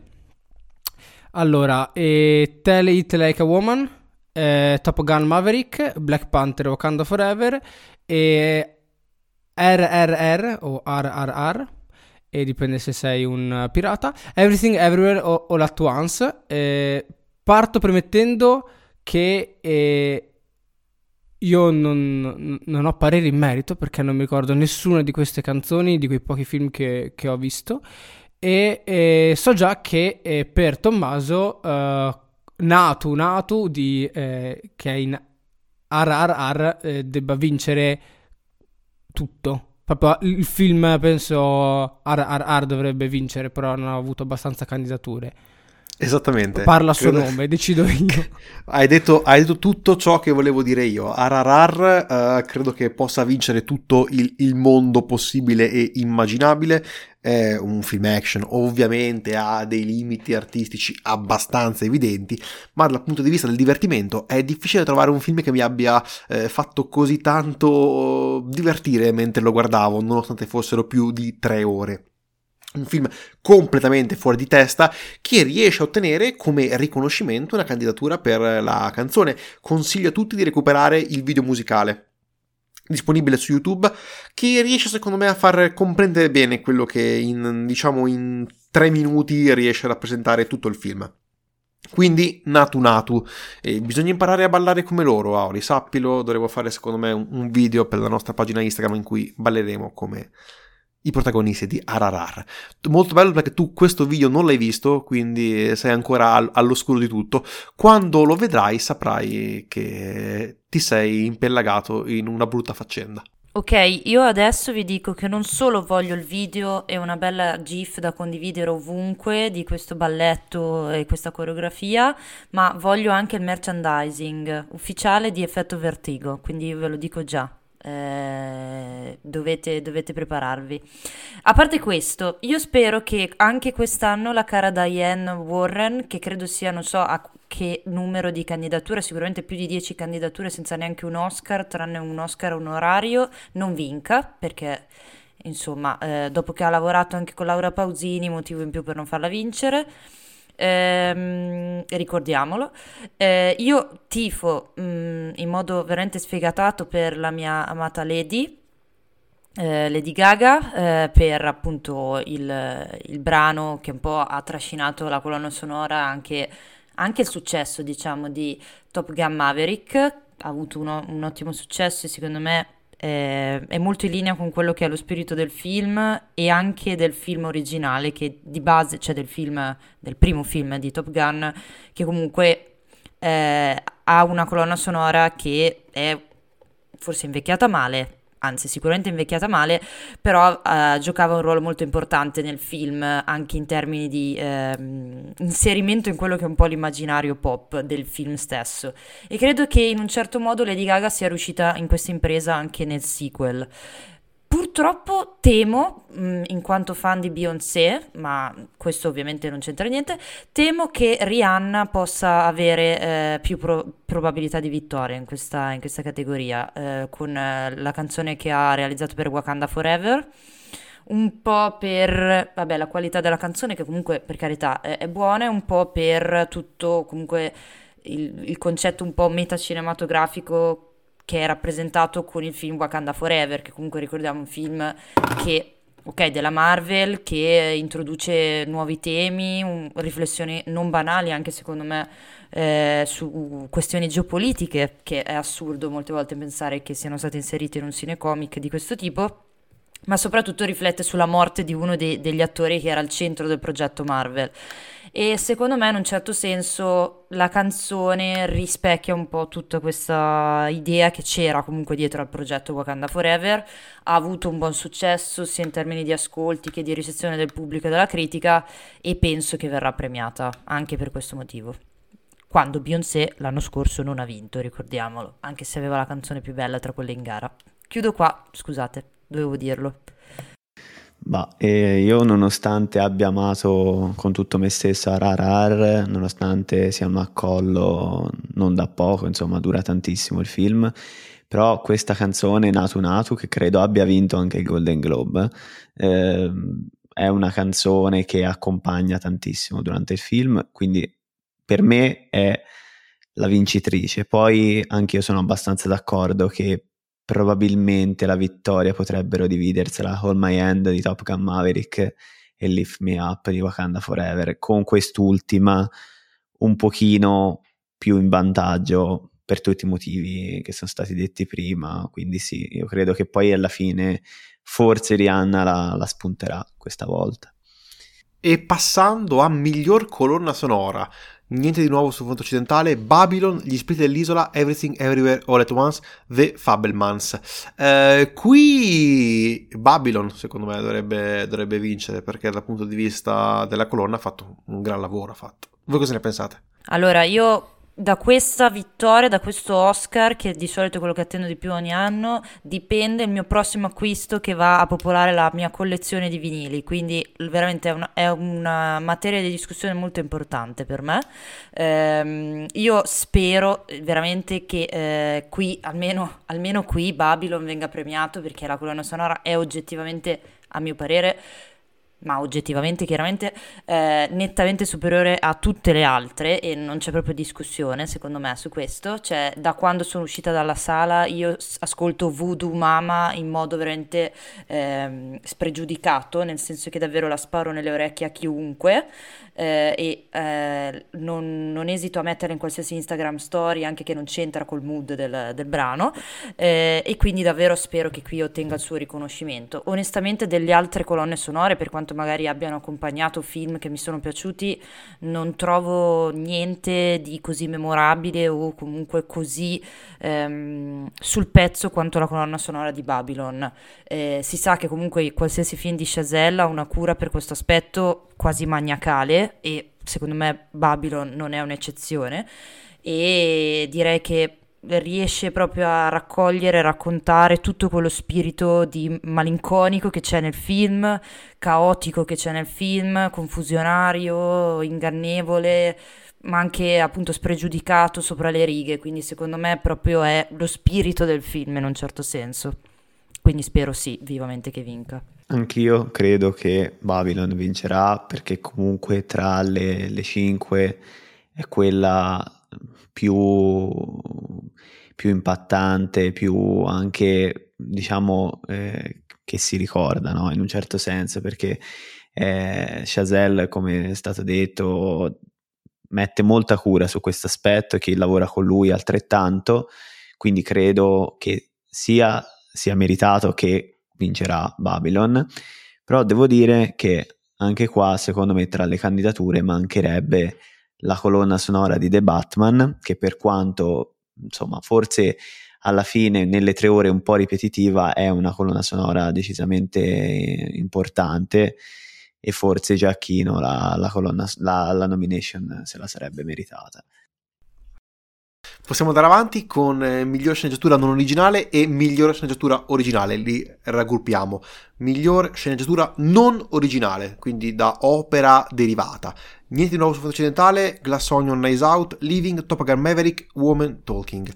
Allora, Tell It Like a Woman, Top Gun Maverick, Black Panther Wakanda Forever e RRR o RRR, e dipende se sei un pirata, Everything Everywhere All At Once. Parto premettendo che io non ho pareri in merito perché non mi ricordo nessuna di queste canzoni, di quei pochi film che ho visto, e so già che per Tommaso Natu che è in RRR debba vincere tutto. Proprio il film, penso, RRR dovrebbe vincere, però non ha avuto abbastanza candidature. Esattamente. Parla a suo nome, decido io. Hai detto tutto ciò che volevo dire io. RRR credo che possa vincere tutto il mondo possibile e immaginabile. È un film action, ovviamente ha dei limiti artistici abbastanza evidenti, ma dal punto di vista del divertimento è difficile trovare un film che mi abbia fatto così tanto divertire mentre lo guardavo, nonostante fossero più di 3 ore. Un film completamente fuori di testa che riesce a ottenere come riconoscimento una candidatura per la canzone. Consiglio a tutti di recuperare il video musicale disponibile su YouTube, che riesce secondo me a far comprendere bene quello che in 3 minuti riesce a rappresentare tutto il film. Quindi Natu, bisogna imparare a ballare come loro, Auri, sappilo. Dovremo fare secondo me un video per la nostra pagina Instagram in cui balleremo come i protagonisti di RRR. Molto bello perché tu questo video non l'hai visto, quindi sei ancora all'oscuro di tutto. Quando lo vedrai che ti sei impellagato in una brutta faccenda. Ok, io adesso vi dico che non solo voglio il video e una bella GIF da condividere ovunque di questo balletto e questa coreografia, ma voglio anche il merchandising ufficiale di Effetto Vertigo, quindi ve lo dico già. Dovete prepararvi. A parte questo, io spero che anche quest'anno la cara Diane Warren, che credo sia, non so a che numero di candidature, sicuramente più di 10 candidature senza neanche un Oscar, tranne un Oscar onorario, non vinca, perché insomma dopo che ha lavorato anche con Laura Pausini, motivo in più per non farla vincere. Ricordiamolo. Io tifo in modo veramente sfegatato per la mia amata Lady Gaga, per appunto il brano che un po' ha trascinato la colonna sonora, anche il successo, diciamo, di Top Gun Maverick. Ha avuto un ottimo successo e secondo me è molto in linea con quello che è lo spirito del film e anche del film originale, che di base, cioè del primo film di Top Gun, che comunque ha una colonna sonora che è forse invecchiata male, anzi sicuramente invecchiata male, però giocava un ruolo molto importante nel film, anche in termini di inserimento in quello che è un po' l'immaginario pop del film stesso. E credo che in un certo modo Lady Gaga sia riuscita in questa impresa anche nel sequel. Purtroppo temo, in quanto fan di Beyoncé, ma questo ovviamente non c'entra niente, temo che Rihanna possa avere più probabilità di vittoria in questa categoria, con la canzone che ha realizzato per Wakanda Forever, un po' per, vabbè, la qualità della canzone che comunque per carità è buona, e un po' per tutto comunque il concetto un po' metacinematografico che è rappresentato con il film Wakanda Forever, che comunque ricordiamo un film che, ok, della Marvel, che introduce nuovi temi, riflessioni non banali anche secondo me su questioni geopolitiche, che è assurdo molte volte pensare che siano state inserite in un cinecomic di questo tipo, ma soprattutto riflette sulla morte di uno degli attori che era al centro del progetto Marvel. E secondo me, in un certo senso, la canzone rispecchia un po' tutta questa idea che c'era comunque dietro al progetto Wakanda Forever. Ha avuto un buon successo sia in termini di ascolti che di ricezione del pubblico e della critica, e penso che verrà premiata anche per questo motivo. Quando Beyoncé l'anno scorso non ha vinto, ricordiamolo, anche se aveva la canzone più bella tra quelle in gara. Chiudo qua, scusate, dovevo dirlo. Io nonostante abbia amato con tutto me stessa RRR, nonostante sia un accollo non da poco, insomma dura tantissimo il film, però questa canzone Natu Natu, che credo abbia vinto anche il Golden Globe, è una canzone che accompagna tantissimo durante il film, quindi per me è la vincitrice. Poi anche io sono abbastanza d'accordo che probabilmente la vittoria potrebbero dividersela Hold My Hand di Top Gun Maverick e Lift Me Up di Wakanda Forever, con quest'ultima un pochino più in vantaggio per tutti i motivi che sono stati detti prima. Quindi sì, io credo che poi alla fine forse Rihanna la spunterà questa volta. E passando a miglior colonna sonora, niente di nuovo sul fronte occidentale, Babylon, Gli spiriti dell'isola, Everything Everywhere All at Once, The Fabelmans. Qui Babylon secondo me dovrebbe vincere, perché dal punto di vista della colonna ha fatto un gran lavoro. Voi cosa ne pensate? Allora, io da questa vittoria, da questo Oscar, che di solito è quello che attendo di più ogni anno, dipende il mio prossimo acquisto che va a popolare la mia collezione di vinili, quindi veramente è una materia di discussione molto importante per me. Io spero veramente che qui, almeno qui, Babylon venga premiato, perché la colonna sonora è oggettivamente, a mio parere, ma oggettivamente chiaramente nettamente superiore a tutte le altre, e non c'è proprio discussione secondo me su questo. Cioè, da quando sono uscita dalla sala io ascolto Voodoo Mama in modo veramente spregiudicato, nel senso che davvero la sparo nelle orecchie a chiunque, non esito a metterla in qualsiasi Instagram story, anche che non c'entra col mood del brano, e quindi davvero spero che qui ottenga il suo riconoscimento. Onestamente delle altre colonne sonore, per quanto magari abbiano accompagnato film che mi sono piaciuti, non trovo niente di così memorabile o comunque così sul pezzo quanto la colonna sonora di Babylon. Si sa che comunque qualsiasi film di Chazelle ha una cura per questo aspetto quasi maniacale, e secondo me Babylon non è un'eccezione, e direi che riesce proprio a raccogliere e raccontare tutto quello spirito di malinconico che c'è nel film, caotico che c'è nel film, confusionario, ingannevole, ma anche appunto spregiudicato sopra le righe. Quindi secondo me proprio è lo spirito del film in un certo senso. Quindi spero sì, vivamente, che vinca. Anch'io credo che Babylon vincerà, perché comunque tra le 5 è quella più impattante, più anche, diciamo, che si ricorda, no? In un certo senso, perché Chazelle, come è stato detto, mette molta cura su questo aspetto, e chi lavora con lui altrettanto, quindi credo che sia meritato che vincerà Babylon. Però devo dire che anche qua, secondo me, tra le candidature mancherebbe la colonna sonora di The Batman, che per quanto insomma forse alla fine, nelle 3 ore un po' ripetitiva, è una colonna sonora decisamente importante, e forse Giacchino la nomination se la sarebbe meritata. Possiamo andare avanti con miglior sceneggiatura non originale e miglior sceneggiatura originale, li raggruppiamo. Miglior sceneggiatura non originale, quindi da opera derivata. Niente di nuovo sul fronte occidentale, Glass Onion, Knives Out, Living, Top Gun Maverick, Woman Talking.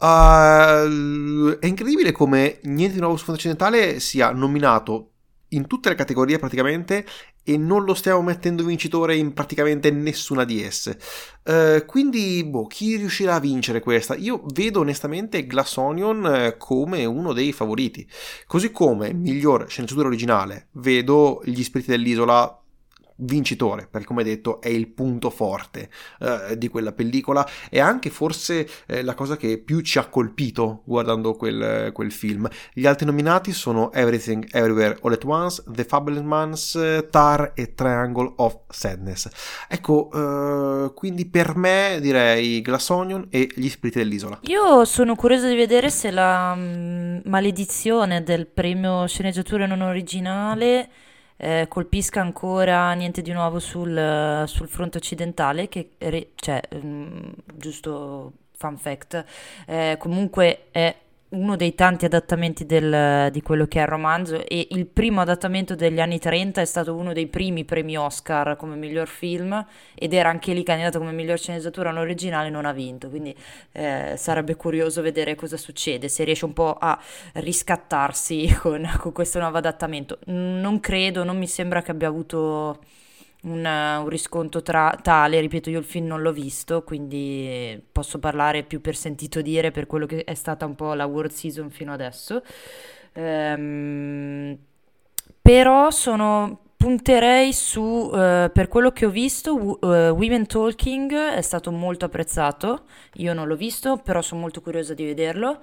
È incredibile come Niente di nuovo sul fronte occidentale sia nominato in tutte le categorie praticamente, e non lo stiamo mettendo vincitore in praticamente nessuna di esse. Quindi, chi riuscirà a vincere questa? Io vedo onestamente Glass Onion come uno dei favoriti. Così come miglior sceneggiatura originale, vedo Gli Spiriti dell'Isola vincitore, perché come detto è il punto forte di quella pellicola, e anche forse la cosa che più ci ha colpito guardando quel film. Gli altri nominati sono Everything Everywhere All at Once, The Fabelmans, Tar e Triangle of Sadness. Ecco, quindi per me direi Glass Onion e Gli Spiriti dell'Isola. Io sono curiosa di vedere se la maledizione del premio sceneggiatura non originale colpisca ancora Niente di nuovo sul fronte occidentale, che giusto fun fact, comunque è uno dei tanti adattamenti di quello che è il romanzo, e il primo adattamento degli anni 30 è stato uno dei primi premi Oscar come miglior film, ed era anche lì candidato come miglior sceneggiatura non originale, non ha vinto, quindi sarebbe curioso vedere cosa succede, se riesce un po' a riscattarsi con questo nuovo adattamento. Non mi sembra che abbia avuto un riscontro tale, ripeto, io il film non l'ho visto, quindi posso parlare più per sentito dire, per quello che è stata un po' la award season fino adesso. Però punterei su, per quello che ho visto, Women Talking è stato molto apprezzato, io non l'ho visto, però sono molto curiosa di vederlo.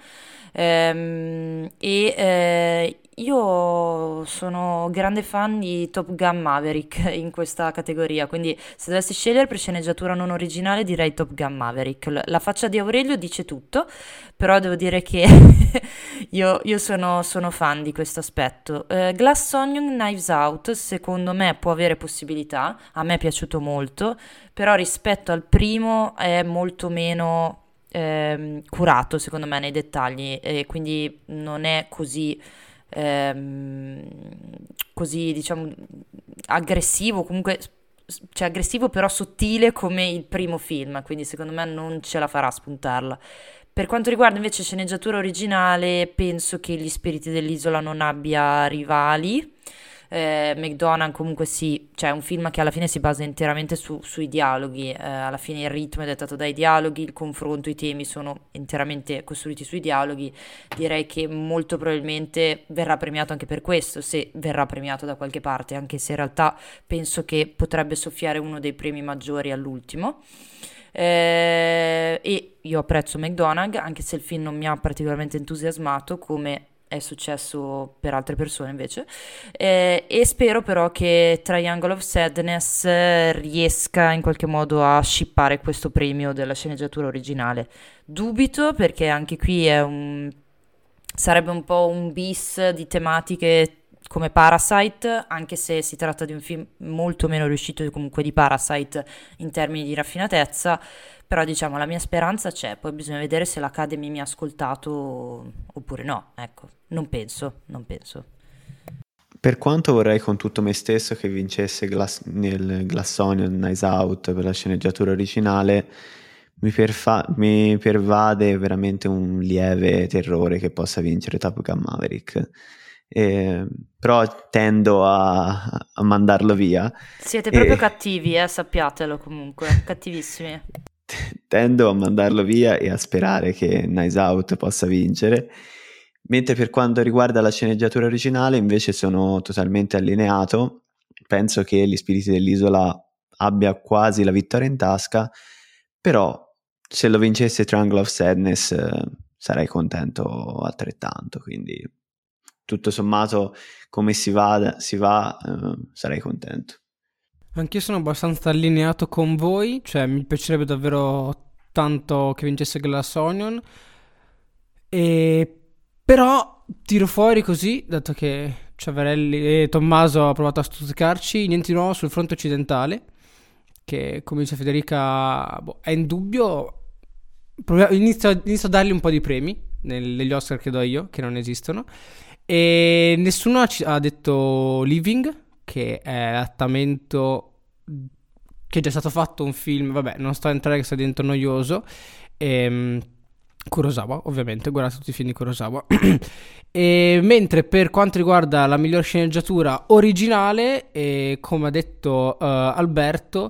Io sono grande fan di Top Gun Maverick in questa categoria, quindi se dovessi scegliere per sceneggiatura non originale direi Top Gun Maverick. La faccia di Aurelio dice tutto, però devo dire che io sono fan di questo aspetto. Glass Onion, Knives Out secondo me può avere possibilità, a me è piaciuto molto, però rispetto al primo è molto meno curato secondo me nei dettagli, e quindi non è così diciamo aggressivo, comunque cioè aggressivo però sottile come il primo film, quindi secondo me non ce la farà a spuntarla. Per quanto riguarda invece sceneggiatura originale, penso che Gli Spiriti dell'Isola non abbia rivali. McDonagh comunque sì, cioè è un film che alla fine si basa interamente sui dialoghi, alla fine il ritmo è dettato dai dialoghi, il confronto, i temi sono interamente costruiti sui dialoghi. Direi che molto probabilmente verrà premiato anche per questo, se verrà premiato da qualche parte, anche se in realtà penso che potrebbe soffiare uno dei premi maggiori all'ultimo. E io apprezzo McDonagh, anche se il film non mi ha particolarmente entusiasmato, come è successo per altre persone invece, e spero però che Triangle of Sadness riesca in qualche modo a scippare questo premio della sceneggiatura originale. Dubito, perché anche qui sarebbe un po' un bis di tematiche come Parasite, anche se si tratta di un film molto meno riuscito comunque di Parasite in termini di raffinatezza, però diciamo la mia speranza c'è, poi bisogna vedere se l'Academy mi ha ascoltato oppure no, ecco, non penso. Per quanto vorrei con tutto me stesso che vincesse nel Glass Onion, Knives Out per la sceneggiatura originale, mi pervade veramente un lieve terrore che possa vincere Top Gun Maverick. Però tendo a mandarlo via. Siete proprio cattivi, sappiatelo comunque, cattivissimi. Tendo a mandarlo via e a sperare che Knives Out possa vincere, mentre per quanto riguarda la sceneggiatura originale invece sono totalmente allineato. Penso che Gli Spiriti dell'Isola abbia quasi la vittoria in tasca, però se lo vincesse Triangle of Sadness sarei contento altrettanto, quindi tutto sommato come si va sarei contento. Anch'io sono abbastanza allineato con voi, cioè mi piacerebbe davvero tanto che vincesse Glass Onion, Però tiro fuori così, dato che Ciavarelli e Tommaso ha provato a stuzzicarci, niente di nuovo sul fronte occidentale, che come dice Federica è in dubbio. Inizio a dargli un po' di premi negli Oscar che do io, che non esistono, e nessuno ha detto Living, che è l'adattamento che è già stato fatto un film, vabbè, non sto a entrare che sta diventando noioso. Kurosawa, ovviamente, guardate tutti i film di Kurosawa. E mentre per quanto riguarda la miglior sceneggiatura originale, come ha detto Alberto,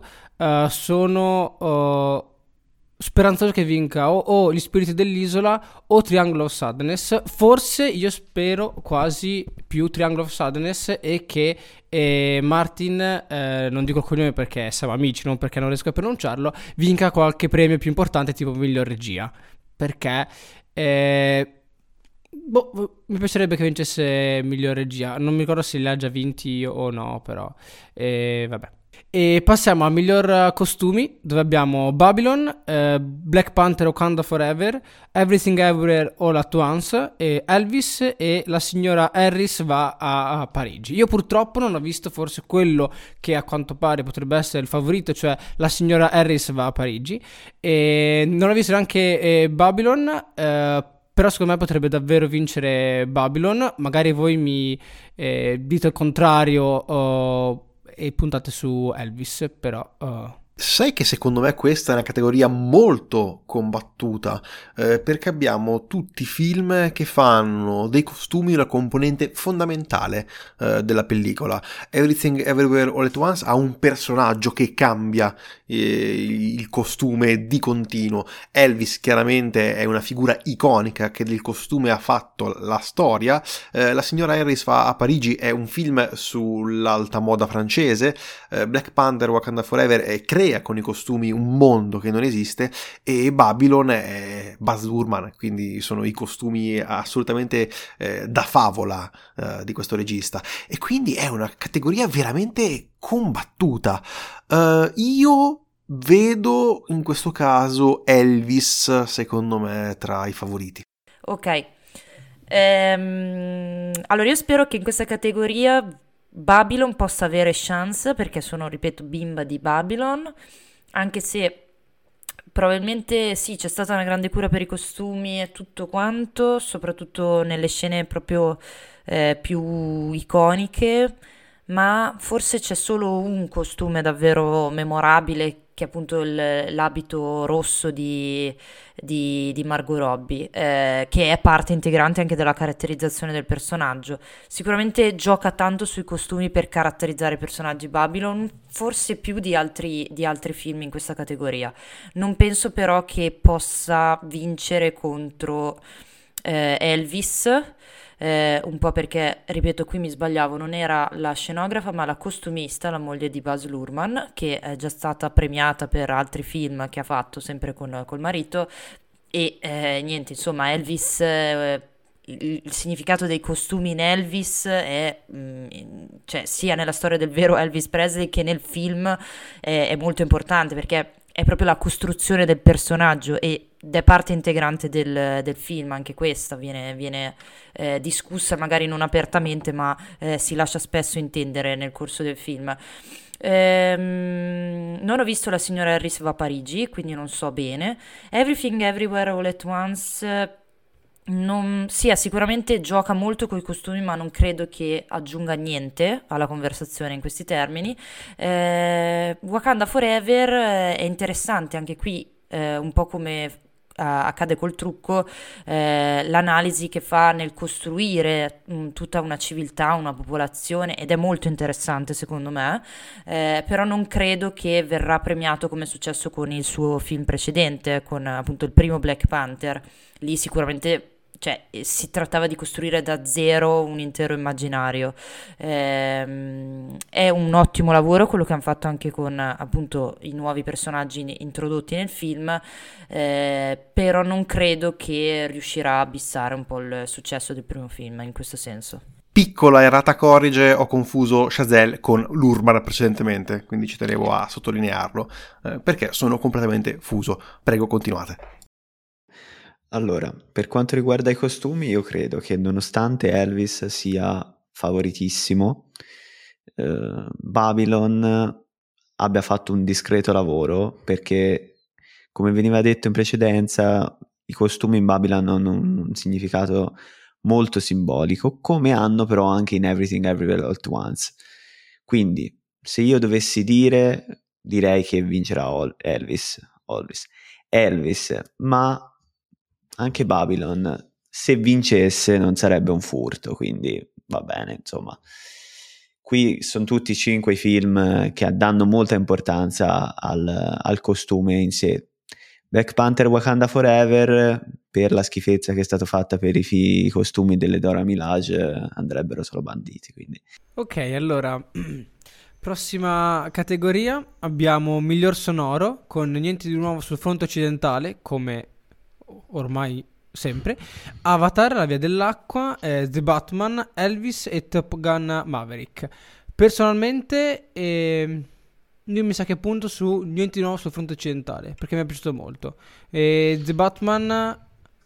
sono speranzoso che vinca o Gli spiriti dell'isola o Triangle of Sadness. Forse io spero quasi più Triangle of Sadness, e che Martin, non dico il cognome perché siamo amici, non perché non riesco a pronunciarlo, vinca qualche premio più importante tipo miglior regia, perché mi piacerebbe che vincesse miglior regia. Non mi ricordo se li ha già vinti o no, però vabbè. E passiamo a miglior costumi, dove abbiamo Babylon, Black Panther Wakanda Forever, Everything Everywhere All at Once, Elvis e La signora Harris va a Parigi. Io purtroppo non ho visto forse quello che a quanto pare potrebbe essere il favorito, cioè La signora Harris va a Parigi, e non ho visto neanche Babylon, però secondo me potrebbe davvero vincere Babylon. Magari voi mi dite il contrario e puntate su Elvis, però Sai che secondo me questa è una categoria molto combattuta, perché abbiamo tutti film che fanno dei costumi una componente fondamentale della pellicola. Everything Everywhere All at Once ha un personaggio che cambia il costume di continuo. Elvis chiaramente è una figura iconica che del costume ha fatto la storia. La signora Harris va a Parigi è un film sull'alta moda francese. Black Panther Wakanda Forever crea con i costumi un mondo che non esiste, e Babylon è Baz Luhrmann, quindi sono i costumi assolutamente da favola di questo regista, e quindi è una categoria veramente combattuta. Io vedo in questo caso Elvis, secondo me, tra i favoriti. Ok, allora io spero che in questa categoria Babylon possa avere chance, perché sono, ripeto, bimba di Babylon, anche se probabilmente sì, c'è stata una grande cura per i costumi e tutto quanto, soprattutto nelle scene proprio più iconiche, ma forse c'è solo un costume davvero memorabile, che è appunto l'abito rosso di Margot Robbie, che è parte integrante anche della caratterizzazione del personaggio. Sicuramente gioca tanto sui costumi per caratterizzare i personaggi Babylon, forse più di altri film in questa categoria. Non penso però che possa vincere contro Elvis, un po' perché, ripeto, qui mi sbagliavo, non era la scenografa ma la costumista, la moglie di Baz Luhrmann, che è già stata premiata per altri film che ha fatto sempre col marito, e niente, insomma, Elvis, il significato dei costumi in Elvis è, cioè, sia nella storia del vero Elvis Presley che nel film è molto importante, perché è proprio la costruzione del personaggio ed è parte integrante del film. Anche questa viene discussa magari non apertamente, ma si lascia spesso intendere nel corso del film. Non ho visto La signora Harris va a Parigi, quindi non so bene. Everything Everywhere All at Once sì, sicuramente gioca molto con i costumi, ma non credo che aggiunga niente alla conversazione in questi termini. Wakanda Forever è interessante anche qui, un po' come accade col trucco, l'analisi che fa nel costruire tutta una civiltà, una popolazione, ed è molto interessante secondo me, però non credo che verrà premiato come è successo con il suo film precedente, con appunto il primo Black Panther. Lì sicuramente, cioè, si trattava di costruire da zero un intero immaginario. È un ottimo lavoro quello che hanno fatto anche con appunto i nuovi personaggi introdotti nel film, però non credo che riuscirà a bissare un po' il successo del primo film in questo senso. Piccola errata corrige, ho confuso Chazelle con Luhrmann precedentemente, quindi ci tenevo a sottolinearlo, perché sono completamente fuso. Prego, continuate. Allora, per quanto riguarda i costumi, io credo che nonostante Elvis sia favoritissimo, Babylon abbia fatto un discreto lavoro perché, come veniva detto in precedenza, i costumi in Babylon hanno un significato molto simbolico, come hanno però anche in Everything Everywhere All at Once. Quindi, se io dovessi dire, direi che vincerà Elvis, ma anche Babylon, se vincesse non sarebbe un furto, quindi va bene, insomma. Qui sono tutti 5 i film che danno molta importanza al costume in sé. Black Panther Wakanda Forever, per la schifezza che è stata fatta per i costumi delle Dora Milaje, andrebbero solo banditi, quindi. Ok, allora, prossima categoria abbiamo miglior sonoro con niente di nuovo sul fronte occidentale, come ormai sempre, Avatar, La via dell'acqua, The Batman, Elvis e Top Gun Maverick. Personalmente, io mi sa che punto su niente di nuovo sul fronte occidentale, perché mi è piaciuto molto. The Batman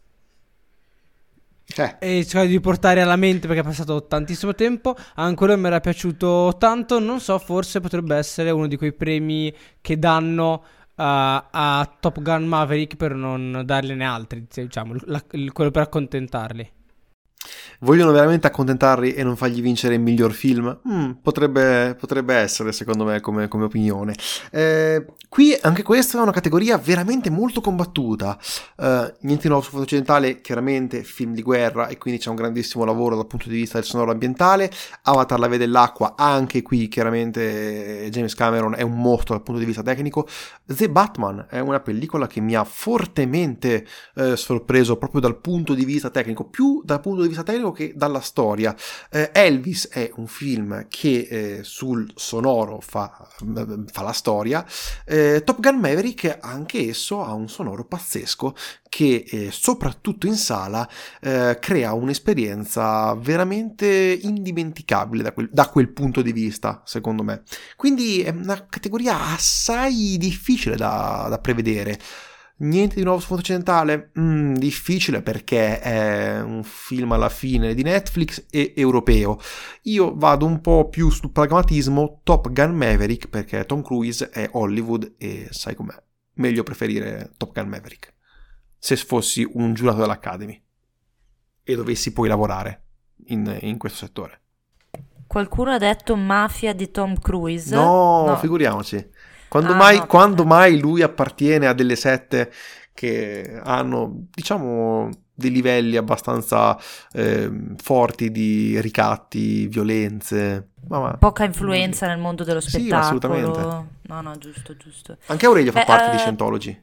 e cerco di portare alla mente perché è passato tantissimo tempo. Anche quello mi era piaciuto tanto. Non so, forse potrebbe essere uno di quei premi che danno a Top Gun Maverick per non dargliene altri, diciamo, quello per accontentarli. Vogliono veramente accontentarli e non fargli vincere il miglior film? Potrebbe essere, secondo me, come opinione. Qui anche questa è una categoria veramente molto combattuta. Niente di nuovo sul fronte occidentale, chiaramente film di guerra, e quindi c'è un grandissimo lavoro dal punto di vista del sonoro ambientale. Avatar, La via dell'acqua, anche qui chiaramente James Cameron è un mostro dal punto di vista tecnico. The Batman è una pellicola che mi ha fortemente sorpreso proprio dal punto di vista tecnico, più dal punto di vista tecnico che dalla storia. Elvis è un film che sul sonoro fa la storia. Top Gun Maverick anche esso ha un sonoro pazzesco che soprattutto in sala crea un'esperienza veramente indimenticabile da quel punto di vista, secondo me. Quindi è una categoria assai difficile da prevedere. Niente di nuovo sul fronte occidentale? Difficile, perché è un film alla fine di Netflix e europeo. Io vado un po' più sul pragmatismo, Top Gun Maverick, perché Tom Cruise è Hollywood e sai com'è, meglio preferire Top Gun Maverick. Se fossi un giurato dell'Academy e dovessi poi lavorare in questo settore. Qualcuno ha detto Mafia di Tom Cruise? No, figuriamoci. Quando mai lui appartiene a delle sette che hanno, diciamo, dei livelli abbastanza forti di ricatti, violenze. Poca influenza nel mondo dello spettacolo. Sì, assolutamente. No, giusto. Anche Aurelio fa parte di Scientology.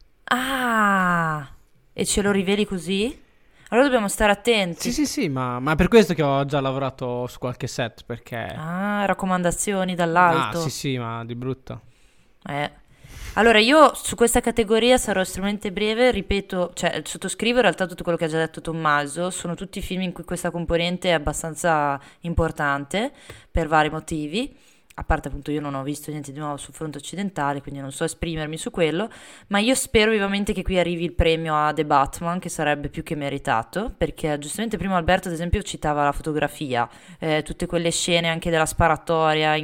Ah, e ce lo riveli così? Allora dobbiamo stare attenti. Sì, ma è per questo che ho già lavorato su qualche set, perché. Raccomandazioni dall'alto. Sì, ma di brutto. Allora, io su questa categoria sarò estremamente breve, ripeto, cioè sottoscrivo in realtà tutto quello che ha già detto Tommaso. Sono tutti film in cui questa componente è abbastanza importante per vari motivi. A parte appunto io non ho visto niente di nuovo sul fronte occidentale, quindi non so esprimermi su quello, ma io spero vivamente che qui arrivi il premio a The Batman, che sarebbe più che meritato, perché giustamente prima Alberto ad esempio citava la fotografia, tutte quelle scene anche della sparatoria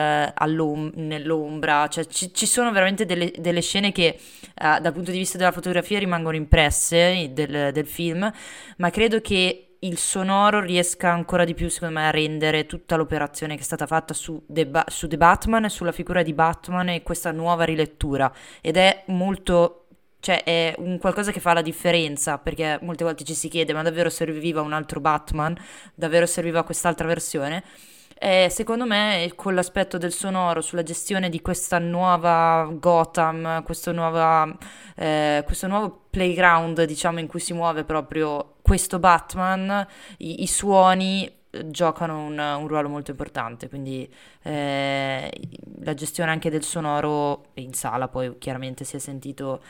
nell'ombra, cioè ci sono veramente delle scene che dal punto di vista della fotografia rimangono impresse del film, ma credo che il sonoro riesca ancora di più, secondo me, a rendere tutta l'operazione che è stata fatta su The Batman e sulla figura di Batman e questa nuova rilettura. Ed è molto, cioè è un qualcosa che fa la differenza, perché molte volte ci si chiede: ma davvero serviva un altro Batman? Davvero serviva quest'altra versione? Secondo me, con l'aspetto del sonoro, sulla gestione di questa nuova Gotham, questo nuovo playground, diciamo, in cui si muove proprio questo Batman, i suoni giocano un ruolo molto importante, quindi la gestione anche del sonoro in sala, poi chiaramente si è sentito,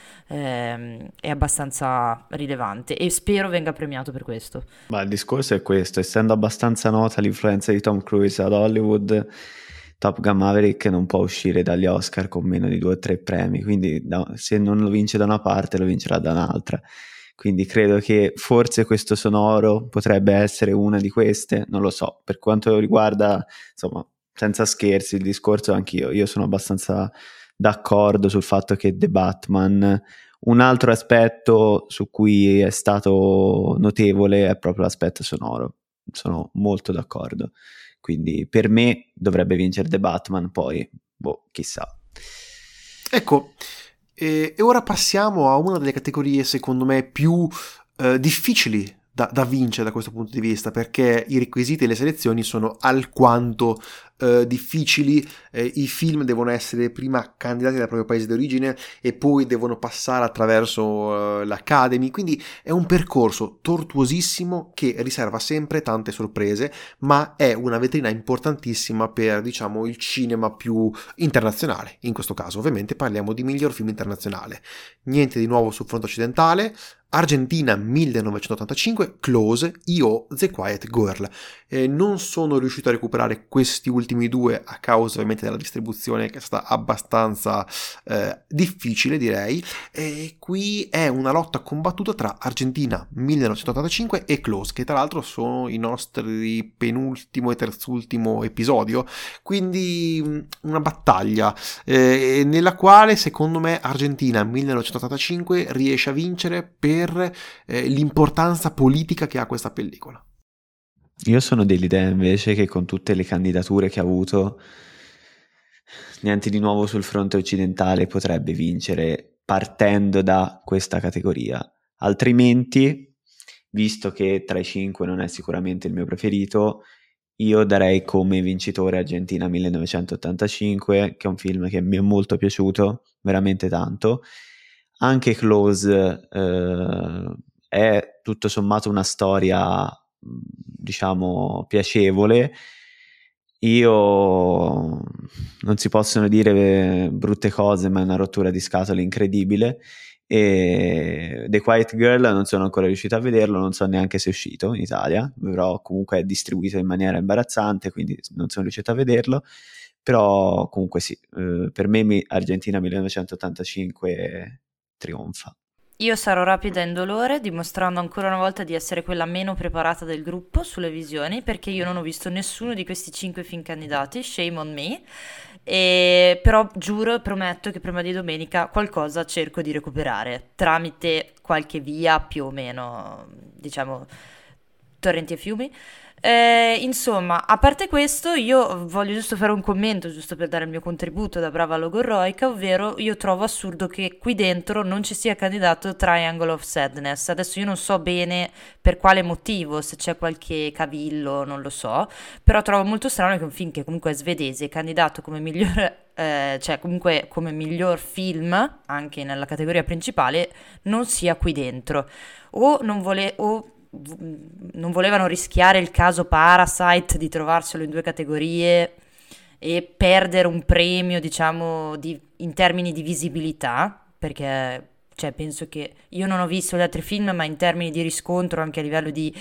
è abbastanza rilevante e spero venga premiato per questo. Ma il discorso è questo: essendo abbastanza nota l'influenza di Tom Cruise ad Hollywood, Top Gun Maverick non può uscire dagli Oscar con meno di 2 o 3 premi, quindi se non lo vince da una parte lo vincerà da un'altra. quindi credo che forse questo sonoro potrebbe essere una di queste, non lo so. Per quanto riguarda, insomma, senza scherzi, il discorso anch'io, io sono abbastanza d'accordo sul fatto che The Batman, un altro aspetto su cui è stato notevole è proprio l'aspetto sonoro, sono molto d'accordo, quindi per me dovrebbe vincere The Batman, poi, boh, chissà. Ecco, e ora passiamo a una delle categorie secondo me più difficili da vincere da questo punto di vista, perché i requisiti e le selezioni sono alquanto difficili. I film devono essere prima candidati dal proprio paese d'origine e poi devono passare attraverso l'Academy, quindi è un percorso tortuosissimo che riserva sempre tante sorprese, ma è una vetrina importantissima per, diciamo, il cinema più internazionale. In questo caso ovviamente parliamo di miglior film internazionale. Niente di nuovo sul fronte occidentale. Argentina 1985, Close, Io, The Quiet Girl. Non sono riuscito a recuperare questi ultimi due a causa ovviamente della distribuzione, che è stata abbastanza difficile, direi. E qui è una lotta combattuta tra Argentina 1985 e Close, che tra l'altro sono i nostri penultimo e terzultimo episodio, quindi una battaglia nella quale secondo me Argentina 1985 riesce a vincere per l'importanza politica che ha questa pellicola. Io sono dell'idea invece che con tutte le candidature che ha avuto, niente di nuovo sul fronte occidentale potrebbe vincere partendo da questa categoria. Altrimenti, visto che tra i 5 non è sicuramente il mio preferito, io darei come vincitore Argentina 1985, che è un film che mi è molto piaciuto, veramente tanto. Anche Close è tutto sommato una storia, diciamo, piacevole. Io non si possono dire brutte cose, ma è una rottura di scatole incredibile. E The Quiet Girl non sono ancora riuscito a vederlo, non so neanche se è uscito in Italia, però comunque è distribuito in maniera imbarazzante, quindi non sono riuscito a vederlo. Però comunque sì, per me Argentina 1985 trionfa. Io sarò rapida e indolore, dimostrando ancora una volta di essere quella meno preparata del gruppo sulle visioni, perché io non ho visto nessuno di questi 5 film candidati, shame on me, però giuro e prometto che prima di domenica qualcosa cerco di recuperare, tramite qualche via più o meno, diciamo, torrenti e fiumi. Insomma, a parte questo, io voglio giusto fare un commento, giusto per dare il mio contributo da brava logorroica, ovvero io trovo assurdo che qui dentro non ci sia candidato Triangle of Sadness. Adesso io non so bene per quale motivo, se c'è qualche cavillo, non lo so, però trovo molto strano che un film che comunque è svedese, candidato come migliore, cioè comunque come miglior film, anche nella categoria principale, non sia qui dentro. O non non volevano rischiare il caso Parasite di trovarselo in 2 categorie e perdere un premio, diciamo, in termini di visibilità, perché cioè, penso che io non ho visto gli altri film, ma in termini di riscontro, anche a livello di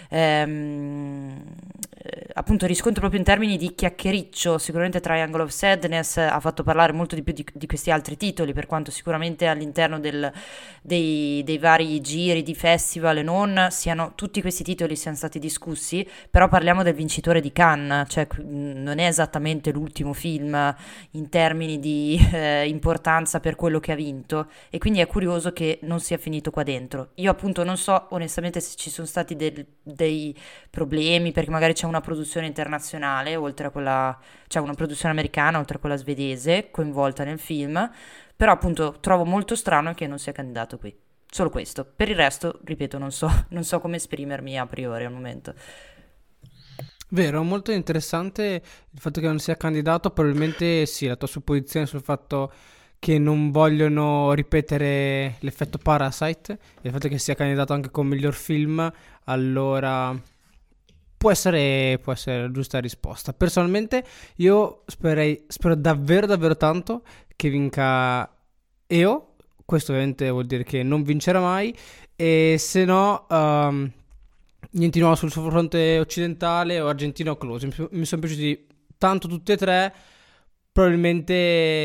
appunto riscontro proprio in termini di chiacchiericcio, sicuramente Triangle of Sadness ha fatto parlare molto di più di questi altri titoli, per quanto sicuramente all'interno dei vari giri di festival e non siano tutti questi titoli siano stati discussi, però parliamo del vincitore di Cannes, cioè non è esattamente l'ultimo film in termini di importanza per quello che ha vinto, e quindi è curioso che non sia finito qua dentro. Io appunto non so onestamente se ci sono stati dei problemi, perché magari c'è una produzione internazionale oltre a quella, c'è una produzione americana oltre a quella svedese coinvolta nel film, però appunto trovo molto strano che non sia candidato qui. Solo questo. Per il resto, ripeto, non so come esprimermi a priori al momento. Vero, molto interessante il fatto che non sia candidato, probabilmente sì, la tua supposizione sul fatto che non vogliono ripetere l'effetto Parasite, il fatto che sia candidato anche come miglior film, allora può essere la giusta risposta. Personalmente io spero davvero davvero tanto che vinca EO, questo ovviamente vuol dire che non vincerà mai, e se no niente di nuovo sul suo fronte occidentale o argentino o Close. Mi sono piaciuti tanto tutti e tre,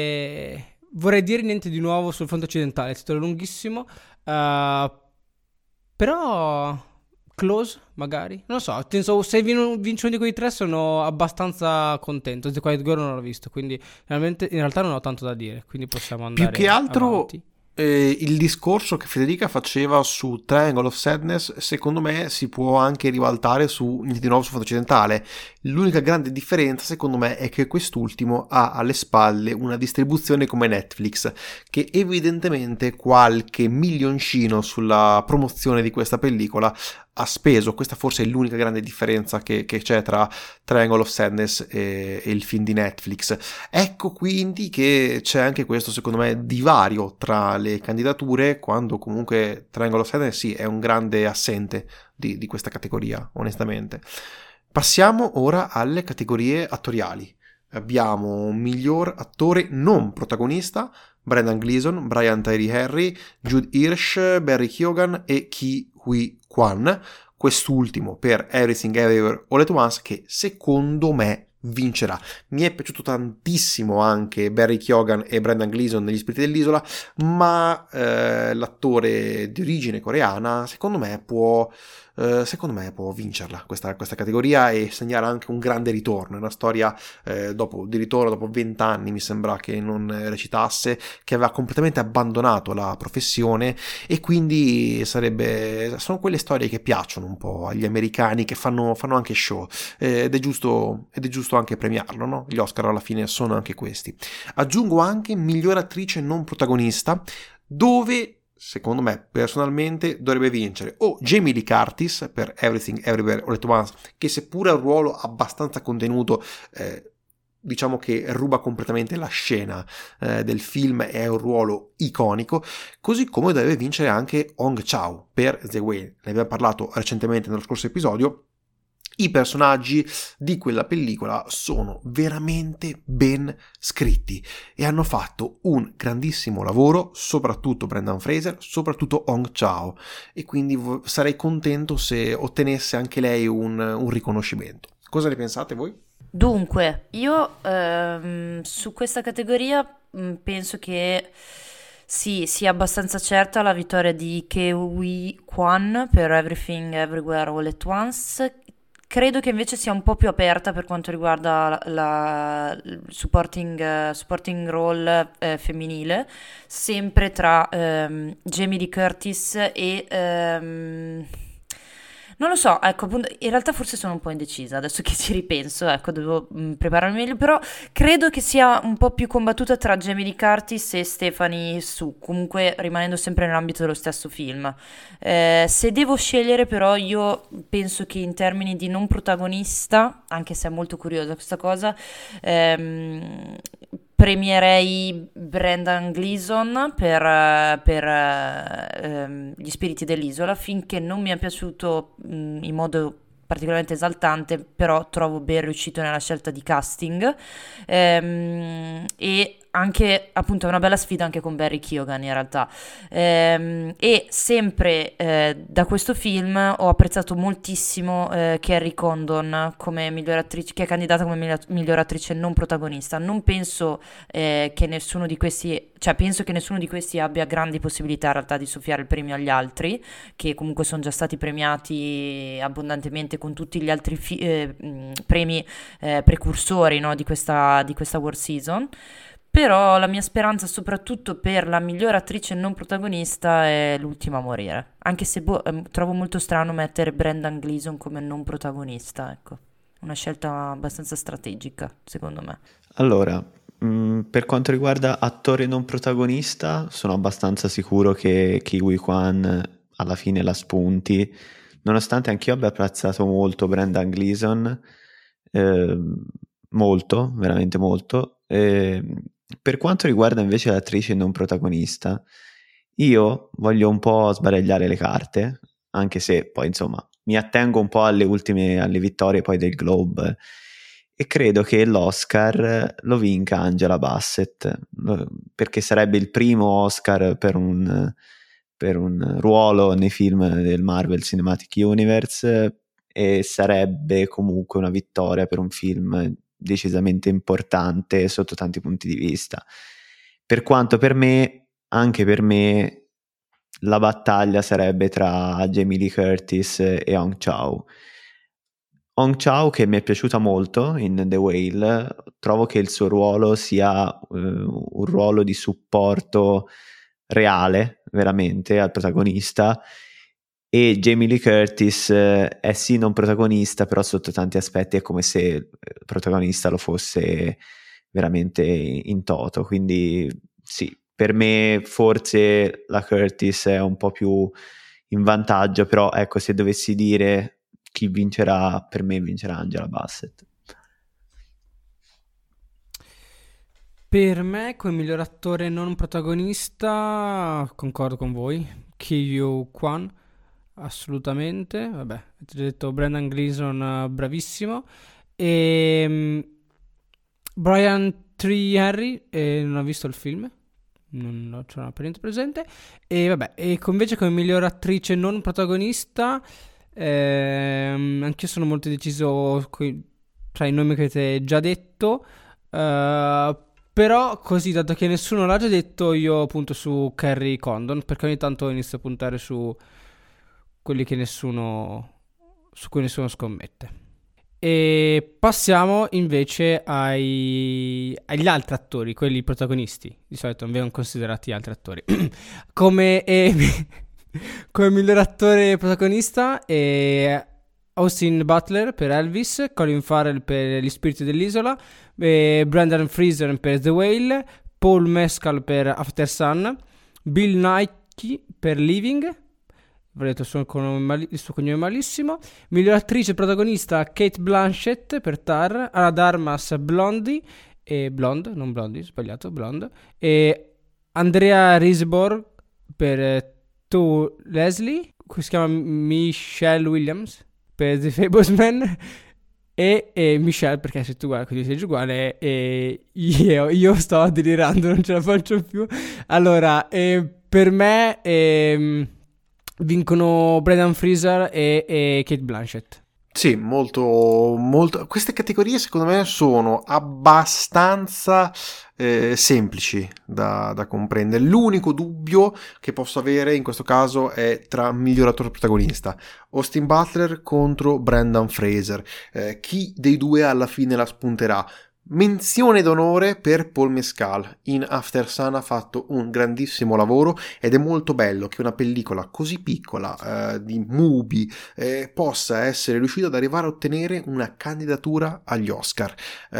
probabilmente vorrei dire niente di nuovo sul fronte occidentale, è stato lunghissimo, Però Close, magari. Non lo so, penso, se vince uno di quei tre sono abbastanza contento. The Quiet Girl non l'ho visto, quindi in realtà non ho tanto da dire, quindi possiamo Più che andare altro avanti. il discorso che Federica faceva su Triangle of Sadness, secondo me, si può anche ribaltare su Niente di nuovo su fronte occidentale. L'unica grande differenza, secondo me, è che quest'ultimo ha alle spalle una distribuzione come Netflix, che evidentemente qualche milioncino sulla promozione di questa pellicola ha speso. Questa forse è l'unica grande differenza che c'è tra Triangle of Sadness e il film di Netflix. Ecco quindi che c'è anche questo, secondo me, divario tra le candidature, quando comunque Triangle of Sadness sì, è un grande assente di questa categoria, onestamente. Passiamo ora alle categorie attoriali. Abbiamo miglior attore non protagonista, Brendan Gleeson, Brian Tyree Henry, Jude Hirsch, Barry Keoghan e Ke Huy Quan. Quest'ultimo per Everything Everywhere All at Once, che secondo me vincerà. Mi è piaciuto tantissimo anche Barry Keoghan e Brendan Gleeson negli Spiriti dell'Isola, ma l'attore di origine coreana secondo me può vincerla questa categoria e segnare anche un grande ritorno. È una storia di ritorno dopo 20 anni, mi sembra che non recitasse, che aveva completamente abbandonato la professione, e quindi sono quelle storie che piacciono un po' agli americani, che fanno anche show, ed è giusto anche premiarlo, no? Gli Oscar alla fine sono anche questi. Aggiungo anche miglior attrice non protagonista, dove secondo me personalmente dovrebbe vincere o Jamie Lee Curtis per Everything Everywhere All at Once, che seppure ha un ruolo abbastanza contenuto, diciamo che ruba completamente la scena del film, è un ruolo iconico, così come dovrebbe vincere anche Hong Chau per The Whale. Ne abbiamo parlato recentemente nello scorso episodio. I personaggi di quella pellicola sono veramente ben scritti e hanno fatto un grandissimo lavoro, soprattutto Brendan Fraser, soprattutto Hong Chau, e quindi sarei contento se ottenesse anche lei un riconoscimento. Cosa ne pensate voi? Dunque, io su questa categoria penso che sì, sia abbastanza certa la vittoria di Ke Huy Quan per Everything Everywhere All at Once. Credo che invece sia un po' più aperta per quanto riguarda il supporting role femminile, sempre tra Jamie Lee Curtis e non lo so, ecco, appunto, in realtà forse sono un po' indecisa, adesso che ci ripenso, ecco, devo prepararmi meglio, però credo che sia un po' più combattuta tra Jamie Lee Curtis e Stephanie Su, comunque rimanendo sempre nell'ambito dello stesso film. Se devo scegliere però io penso che in termini di non protagonista, anche se è molto curiosa questa cosa, premierei Brendan Gleeson per Gli Spiriti dell'Isola, finché non mi è piaciuto in modo particolarmente esaltante, però trovo ben riuscito nella scelta di casting, e anche appunto è una bella sfida anche con Barry Keoghan in realtà. E sempre da questo film ho apprezzato moltissimo Kerry Condon come miglior attrice, che è candidata come miglior attrice non protagonista. Non penso che nessuno di questi, cioè penso che nessuno di questi abbia grandi possibilità in realtà di soffiare il premio agli altri, che comunque sono già stati premiati abbondantemente con tutti gli altri premi precursori, no, di questa award season. Però la mia speranza, soprattutto per la miglior attrice non protagonista, è L'ultima a morire. Anche se trovo molto strano mettere Brendan Gleeson come non protagonista, ecco. Una scelta abbastanza strategica, secondo me. Allora, per quanto riguarda attore non protagonista, sono abbastanza sicuro che Ke Huy Quan alla fine la spunti, nonostante anch'io abbia apprezzato molto Brendan Gleeson, molto, veramente molto. Per quanto riguarda invece l'attrice non protagonista, io voglio un po' sbaragliare le carte, anche se poi insomma mi attengo un po' alle vittorie poi del Globe, e credo che l'Oscar lo vinca Angela Bassett, perché sarebbe il primo Oscar per un ruolo nei film del Marvel Cinematic Universe, e sarebbe comunque una vittoria per un film decisamente importante sotto tanti punti di vista. Per quanto anche per me la battaglia sarebbe tra Jamie Lee Curtis e Hong Chau. Hong Chau, che mi è piaciuta molto in The Whale, trovo che il suo ruolo sia un ruolo di supporto reale, veramente, al protagonista, e Jamie Lee Curtis è sì non protagonista, però sotto tanti aspetti è come se il protagonista lo fosse veramente in toto, quindi sì, per me forse la Curtis è un po' più in vantaggio, però ecco, se dovessi dire chi vincerà, per me vincerà Angela Bassett. Per me, come miglior attore non protagonista, concordo con voi, Ki-Yu Kwan, assolutamente. Vabbè, avete già detto Brendan Gleeson, bravissimo. E Brian Tyree Henry, non ho visto il film, non ce l'ho per niente presente. E vabbè, e invece come miglior attrice non protagonista, anch'io sono molto deciso tra i nomi che avete già detto. Però così, dato che nessuno l'ha già detto, io punto su Kerry Condon, perché ogni tanto inizio a puntare su quelli che su cui nessuno scommette. E passiamo invece agli altri attori, quelli protagonisti. Di solito non vengono considerati altri attori. come miglior attore protagonista Austin Butler per Elvis, Colin Farrell per Gli spiriti dell'isola, Brendan Fraser per The Whale, Paul Mescal per After Sun, Bill Nighy per Living, avrei detto il suo cognome malissimo, miglior attrice protagonista Cate Blanchett per Tar, Ana de Armas Blondie, non Blondie, sbagliato, Blonde, e Andrea Riseborough per To Leslie, che si chiama Michelle Williams per The Fablesman, e Michelle, perché se tu guardi così sei uguale, e io sto delirando, non ce la faccio più. Allora, per me vincono Brendan Fraser e Cate Blanchett. Sì, molto, molto. Queste categorie secondo me sono abbastanza semplici da comprendere. L'unico dubbio che posso avere in questo caso è tra miglior attore protagonista, Austin Butler contro Brendan Fraser. Chi dei due alla fine la spunterà? Menzione d'onore per Paul Mescal. In After Sun ha fatto un grandissimo lavoro ed è molto bello che una pellicola così piccola di Mubi possa essere riuscita ad arrivare a ottenere una candidatura agli Oscar.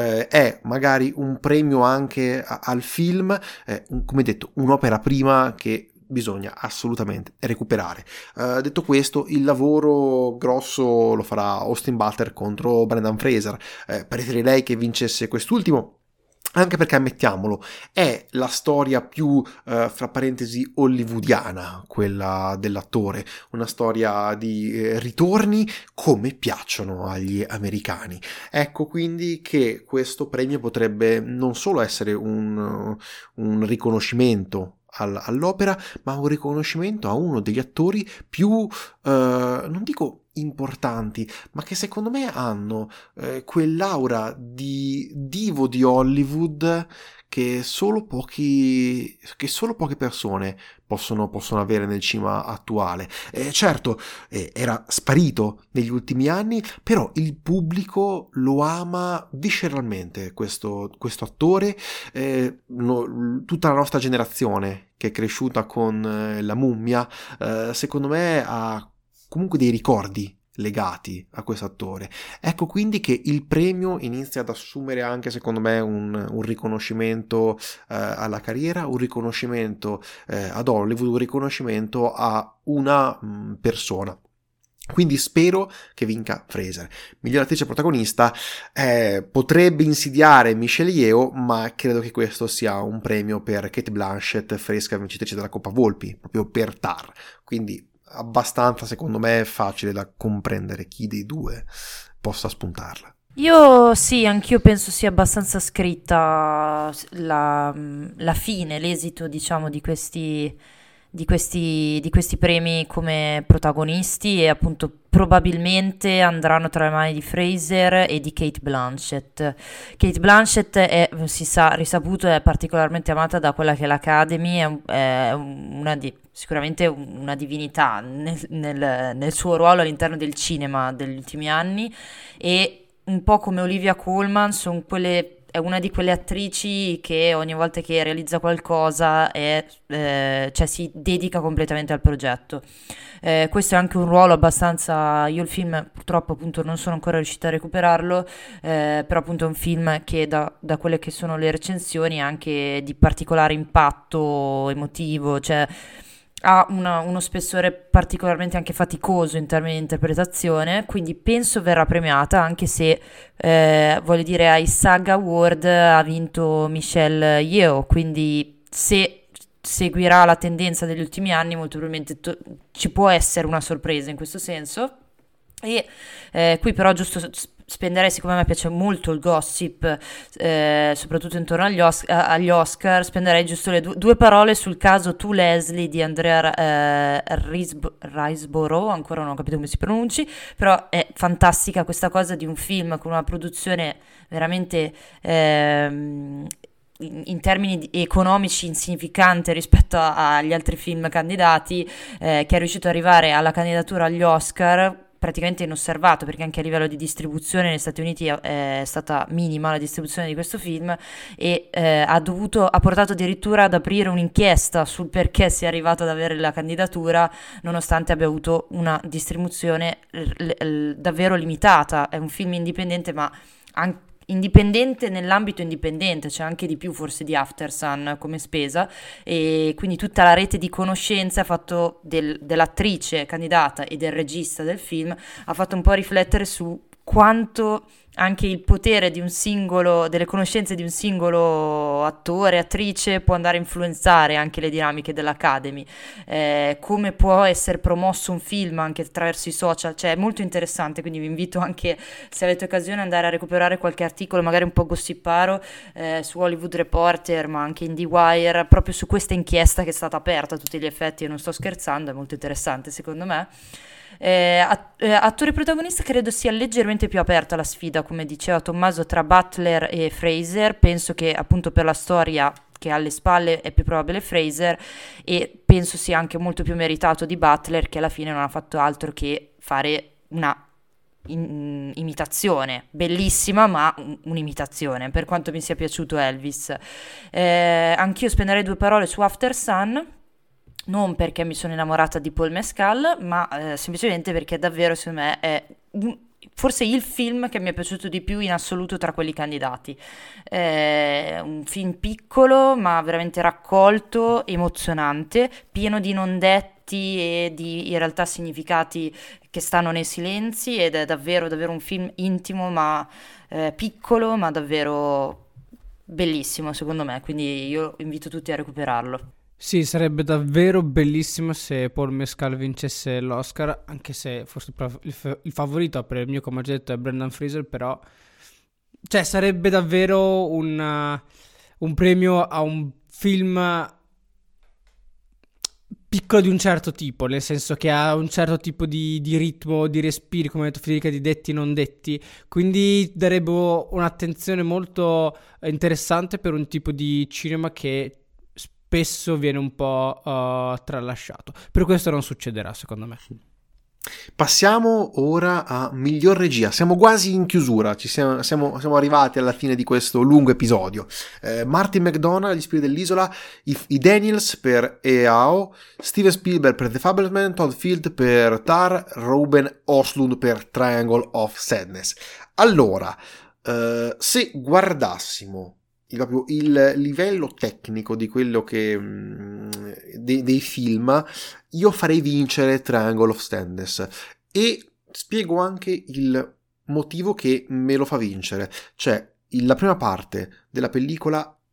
È magari un premio anche al film, come detto, un'opera prima che bisogna assolutamente recuperare. Detto questo, il lavoro grosso lo farà Austin Butler contro Brendan Fraser. Preferirei che vincesse quest'ultimo, anche perché, ammettiamolo, è la storia più, fra parentesi, hollywoodiana, quella dell'attore, una storia di ritorni come piacciono agli americani. Ecco quindi che questo premio potrebbe non solo essere un riconoscimento all'opera, ma un riconoscimento a uno degli attori più, non dico importanti, ma che secondo me hanno quell'aura di divo di Hollywood che solo poche persone possono avere nel cinema attuale. Certo, era sparito negli ultimi anni, però il pubblico lo ama visceralmente, questo attore. Tutta la nostra generazione che è cresciuta con La Mummia, secondo me ha comunque dei ricordi legati a questo attore. Ecco quindi che il premio inizia ad assumere anche, secondo me, un riconoscimento alla carriera, un riconoscimento ad Hollywood, un riconoscimento a una persona. Quindi spero che vinca Fraser. Miglior attrice protagonista potrebbe insidiare Michelle Yeoh, ma credo che questo sia un premio per Cate Blanchett, fresca vincitrice della Coppa Volpi, proprio per Tar. Quindi abbastanza, secondo me, facile da comprendere chi dei due possa spuntarla. Io sì, anch'io penso sia abbastanza scritta la fine, l'esito, diciamo, di di questi premi come protagonisti e appunto probabilmente andranno tra le mani di Fraser e di Kate Blanchett. Kate Blanchett è, si sa, risaputo, è particolarmente amata da quella che è l'Academy, è sicuramente una divinità nel suo ruolo all'interno del cinema degli ultimi anni, e un po' come Olivia Colman è una di quelle attrici che ogni volta che realizza qualcosa cioè si dedica completamente al progetto. Questo è anche un ruolo abbastanza... Io il film purtroppo appunto non sono ancora riuscita a recuperarlo, però appunto è un film che da quelle che sono le recensioni è anche di particolare impatto emotivo, cioè ha uno spessore particolarmente anche faticoso in termini di interpretazione, quindi penso verrà premiata, anche se voglio dire ai SAG Award ha vinto Michelle Yeoh, quindi se seguirà la tendenza degli ultimi anni molto probabilmente ci può essere una sorpresa in questo senso. E qui però giusto spenderei, siccome a me piace molto il gossip, soprattutto intorno agli Oscar, spenderei giusto le due parole sul caso To Leslie di Andrea Riseborough, ancora non ho capito come si pronunci, però è fantastica questa cosa di un film con una produzione veramente in termini economici insignificante rispetto agli altri film candidati, che è riuscito ad arrivare alla candidatura agli Oscar praticamente inosservato, perché anche a livello di distribuzione negli Stati Uniti è stata minima la distribuzione di questo film, e ha portato addirittura ad aprire un'inchiesta sul perché sia arrivato ad avere la candidatura nonostante abbia avuto una distribuzione davvero limitata. È un film indipendente, ma anche indipendente nell'ambito indipendente, c'è anche di più forse di Aftersun come spesa, e quindi tutta la rete di conoscenze ha fatto dell'attrice candidata e del regista del film, ha fatto un po' riflettere su quanto anche il potere delle conoscenze di un singolo attore, attrice può andare a influenzare anche le dinamiche dell'Academy, come può essere promosso un film anche attraverso i social, cioè è molto interessante, quindi vi invito anche, se avete occasione, ad andare a recuperare qualche articolo, magari un po' gossiparo, su Hollywood Reporter, ma anche IndieWire, proprio su questa inchiesta che è stata aperta a tutti gli effetti, e non sto scherzando, è molto interessante secondo me. Attore protagonista credo sia leggermente più aperta la sfida, come diceva Tommaso, tra Butler e Fraser. Penso che appunto per la storia che ha alle spalle è più probabile Fraser, e penso sia anche molto più meritato di Butler, che alla fine non ha fatto altro che fare una imitazione bellissima, ma un'imitazione, per quanto mi sia piaciuto Elvis. Anch'io spenderei due parole su Aftersun, non perché mi sono innamorata di Paul Mescal, ma semplicemente perché davvero secondo me è forse il film che mi è piaciuto di più in assoluto tra quelli candidati. Un film piccolo ma veramente raccolto, emozionante, pieno di non detti e di in realtà significati che stanno nei silenzi, ed è davvero davvero un film intimo, ma piccolo, ma davvero bellissimo secondo me, quindi io invito tutti a recuperarlo. Sì, sarebbe davvero bellissimo se Paul Mescal vincesse l'Oscar, anche se forse il favorito per il mio, come ho già detto, è Brendan Fraser, però cioè sarebbe davvero un premio a un film piccolo di un certo tipo, nel senso che ha un certo tipo di ritmo, di respiri, come ha detto Federica, di detti non detti, quindi darebbe un'attenzione molto interessante per un tipo di cinema che spesso viene un po' tralasciato. Per questo non succederà, secondo me. Passiamo ora a miglior regia. Siamo quasi in chiusura, siamo arrivati alla fine di questo lungo episodio. Martin McDonagh, Gli spiriti dell'isola, i Daniels per EAO, Steven Spielberg per The Fabelman, Todd Field per Tar, Ruben Östlund per Triangle of Sadness. Allora, se guardassimo proprio il livello tecnico di quello che dei film, io farei vincere Triangle of Sadness, e spiego anche il motivo che me lo fa vincere. Cioè, la prima parte della pellicola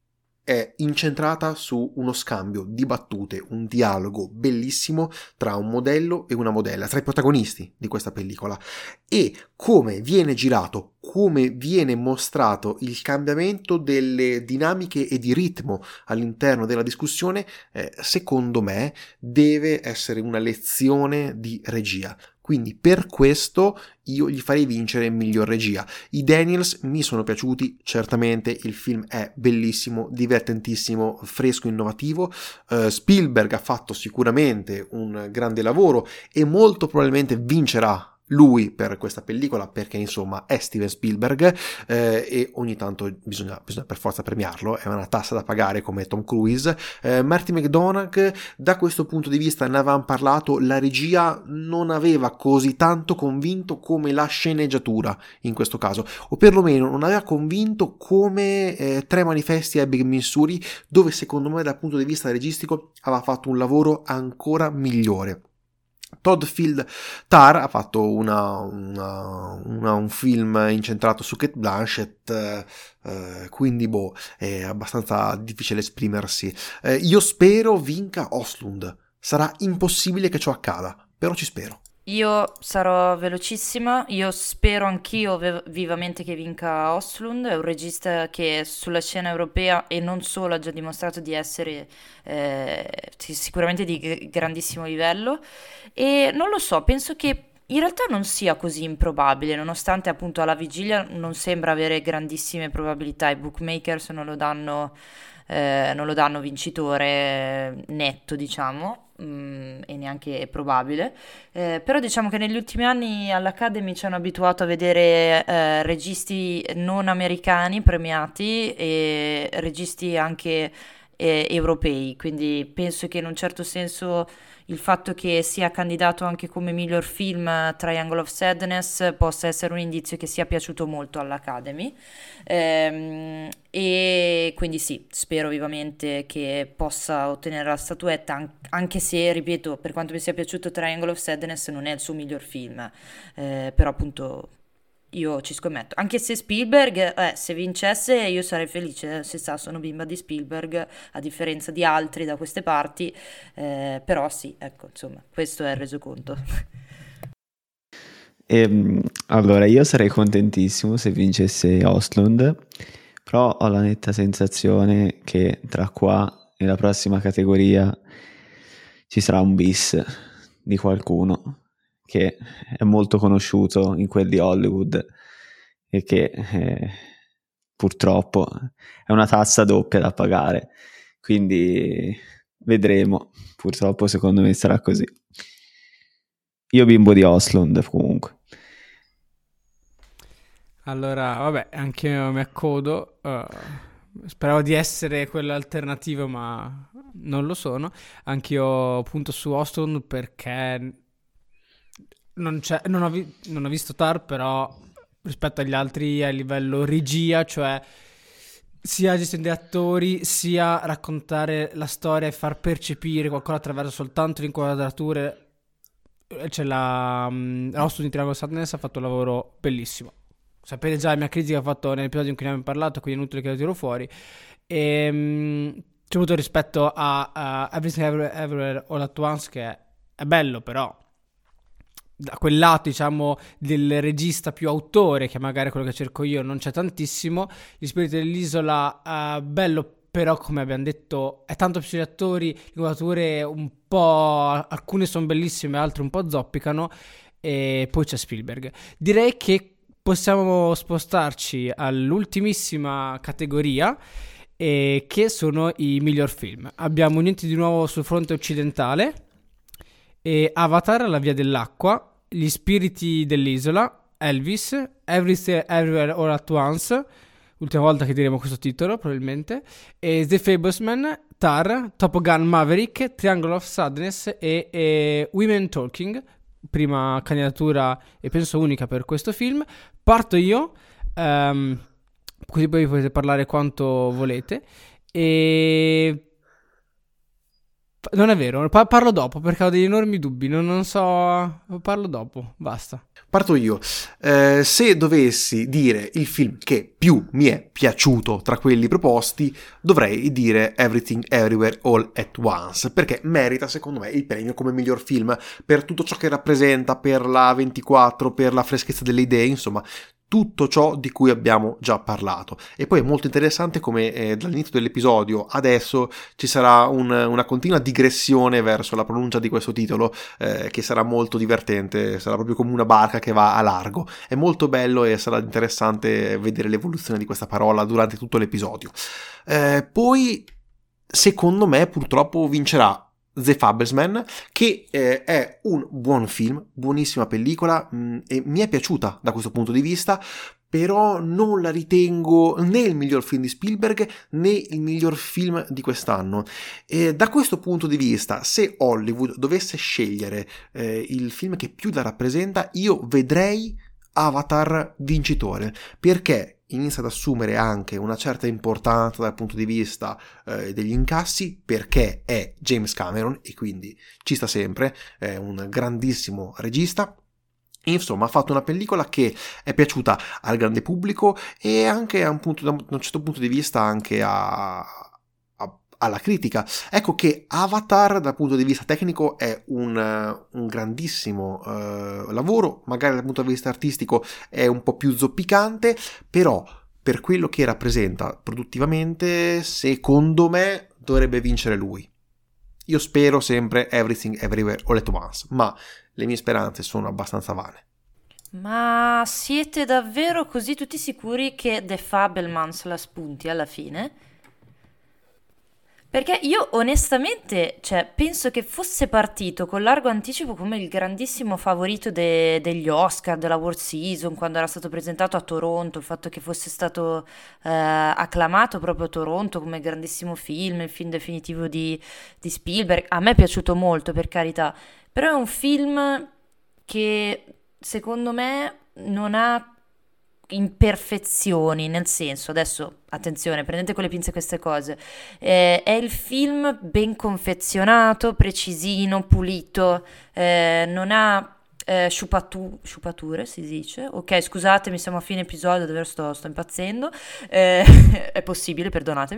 è incentrata su uno scambio di battute, un dialogo bellissimo tra un modello e una modella, tra i protagonisti di questa pellicola, e come viene girato, come viene mostrato il cambiamento delle dinamiche e di ritmo all'interno della discussione, secondo me deve essere una lezione di regia. Quindi per questo io gli farei vincere miglior regia. I Daniels mi sono piaciuti, certamente il film è bellissimo, divertentissimo, fresco, innovativo. Spielberg ha fatto sicuramente un grande lavoro e molto probabilmente vincerà lui per questa pellicola, perché insomma è Steven Spielberg, e ogni tanto bisogna per forza premiarlo, è una tassa da pagare come Tom Cruise. Marty McDonagh, da questo punto di vista ne avevamo parlato, la regia non aveva così tanto convinto come la sceneggiatura in questo caso, o perlomeno non aveva convinto come Tre manifesti a Ebbing, Missouri, dove secondo me dal punto di vista registico aveva fatto un lavoro ancora migliore. Todd Field Tar ha fatto un film incentrato su Cate Blanchett, quindi è abbastanza difficile esprimersi. Io spero vinca Östlund, sarà impossibile che ciò accada, però ci spero. Io sarò velocissima, io spero anch'io vivamente che vinca Östlund, è un regista che sulla scena europea e non solo ha già dimostrato di essere sicuramente di grandissimo livello, e non lo so, penso che in realtà non sia così improbabile, nonostante appunto alla vigilia non sembra avere grandissime probabilità, i bookmakers non lo danno vincitore netto, diciamo, e neanche probabile. Però diciamo che negli ultimi anni all'Academy ci hanno abituato a vedere registi non americani premiati e registi anche europei, quindi penso che in un certo senso il fatto che sia candidato anche come miglior film Triangle of Sadness possa essere un indizio che sia piaciuto molto all'Academy. E quindi sì, spero vivamente che possa ottenere la statuetta, anche se, ripeto, per quanto mi sia piaciuto Triangle of Sadness non è il suo miglior film, però appunto io ci scommetto, anche se Spielberg, se vincesse io sarei felice, se sa, sono bimba di Spielberg, a differenza di altri da queste parti, però sì, ecco, insomma, questo è il resoconto. Allora, io sarei contentissimo se vincesse Östlund, però ho la netta sensazione che tra qua e la prossima categoria ci sarà un bis di qualcuno che è molto conosciuto in quel di Hollywood e che purtroppo è una tassa doppia da pagare, quindi vedremo. Purtroppo secondo me sarà così. Io bimbo di Östlund comunque. Allora, vabbè, anche io mi accodo. Speravo di essere quell'alternativo, ma non lo sono. Anch'io punto su Östlund perché non ho visto Tar, però rispetto agli altri a livello regia, cioè sia gestione di attori, sia raccontare la storia e far percepire qualcosa attraverso soltanto le inquadrature, c'è Östlund di Triangle of Sadness ha fatto un lavoro bellissimo. Sapete già la mia critica che ho fatto nell'episodio in cui ne abbiamo parlato, quindi è inutile che la tiro fuori. Soprattutto rispetto a Everything Everywhere All At Once, che è bello, però da quel lato, diciamo, del regista più autore, che magari è quello che cerco io, non c'è tantissimo. Gli Spiriti dell'Isola, bello, però come abbiamo detto è tanto più di attori, le inquadrature un po', alcune sono bellissime, altre un po' zoppicano, e poi c'è Spielberg. Direi che possiamo spostarci all'ultimissima categoria, che sono i miglior film. Abbiamo niente di nuovo sul fronte occidentale, Avatar, La via dell'acqua, Gli spiriti dell'isola, Elvis, Everything Everywhere All At Once, ultima volta che diremo questo titolo probabilmente, e The Fablesman, Tar, Top Gun Maverick, Triangle of Sadness e Women Talking, prima candidatura e penso unica per questo film. Parto io, così poi potete parlare quanto volete, e Non è vero, parlo dopo perché ho degli enormi dubbi, non so, parlo dopo, basta. Parto io. Se dovessi dire il film che più mi è piaciuto tra quelli proposti, dovrei dire Everything Everywhere All at Once, perché merita secondo me il premio come miglior film per tutto ciò che rappresenta, per la 24, per la freschezza delle idee, insomma tutto ciò di cui abbiamo già parlato. E poi è molto interessante come dall'inizio dell'episodio adesso ci sarà una continua digressione verso la pronuncia di questo titolo, che sarà molto divertente, sarà proprio come una barca che va a largo. È molto bello e sarà interessante vedere l'evoluzione di questa parola durante tutto l'episodio. Poi secondo me purtroppo vincerà The Fablesman, che è un buon film, buonissima pellicola, e mi è piaciuta da questo punto di vista, però non la ritengo né il miglior film di Spielberg né il miglior film di quest'anno. E da questo punto di vista, se Hollywood dovesse scegliere il film che più la rappresenta, io vedrei Avatar vincitore, perché inizia ad assumere anche una certa importanza dal punto di vista degli incassi, perché è James Cameron e quindi ci sta sempre, è un grandissimo regista. Insomma, ha fatto una pellicola che è piaciuta al grande pubblico e anche da un certo punto di vista anche alla critica. Ecco che Avatar dal punto di vista tecnico è un grandissimo lavoro, magari dal punto di vista artistico è un po' più zoppicante, però per quello che rappresenta produttivamente secondo me dovrebbe vincere lui. Io spero sempre Everything Everywhere All at Once, ma le mie speranze sono abbastanza vane. Ma siete davvero così tutti sicuri che The Fabelmans la spunti alla fine? Perché io onestamente, cioè, penso che fosse partito con largo anticipo come il grandissimo favorito degli Oscar, della World Season, quando era stato presentato a Toronto, il fatto che fosse stato acclamato proprio a Toronto come grandissimo film, il film definitivo di Spielberg. A me è piaciuto molto, per carità, però è un film che secondo me non ha imperfezioni, nel senso, adesso attenzione, prendete con le pinze queste cose, è il film ben confezionato, precisino, pulito, non ha sciupature, si dice, ok, scusatemi, siamo a fine episodio, davvero sto impazzendo, è possibile, perdonatemi,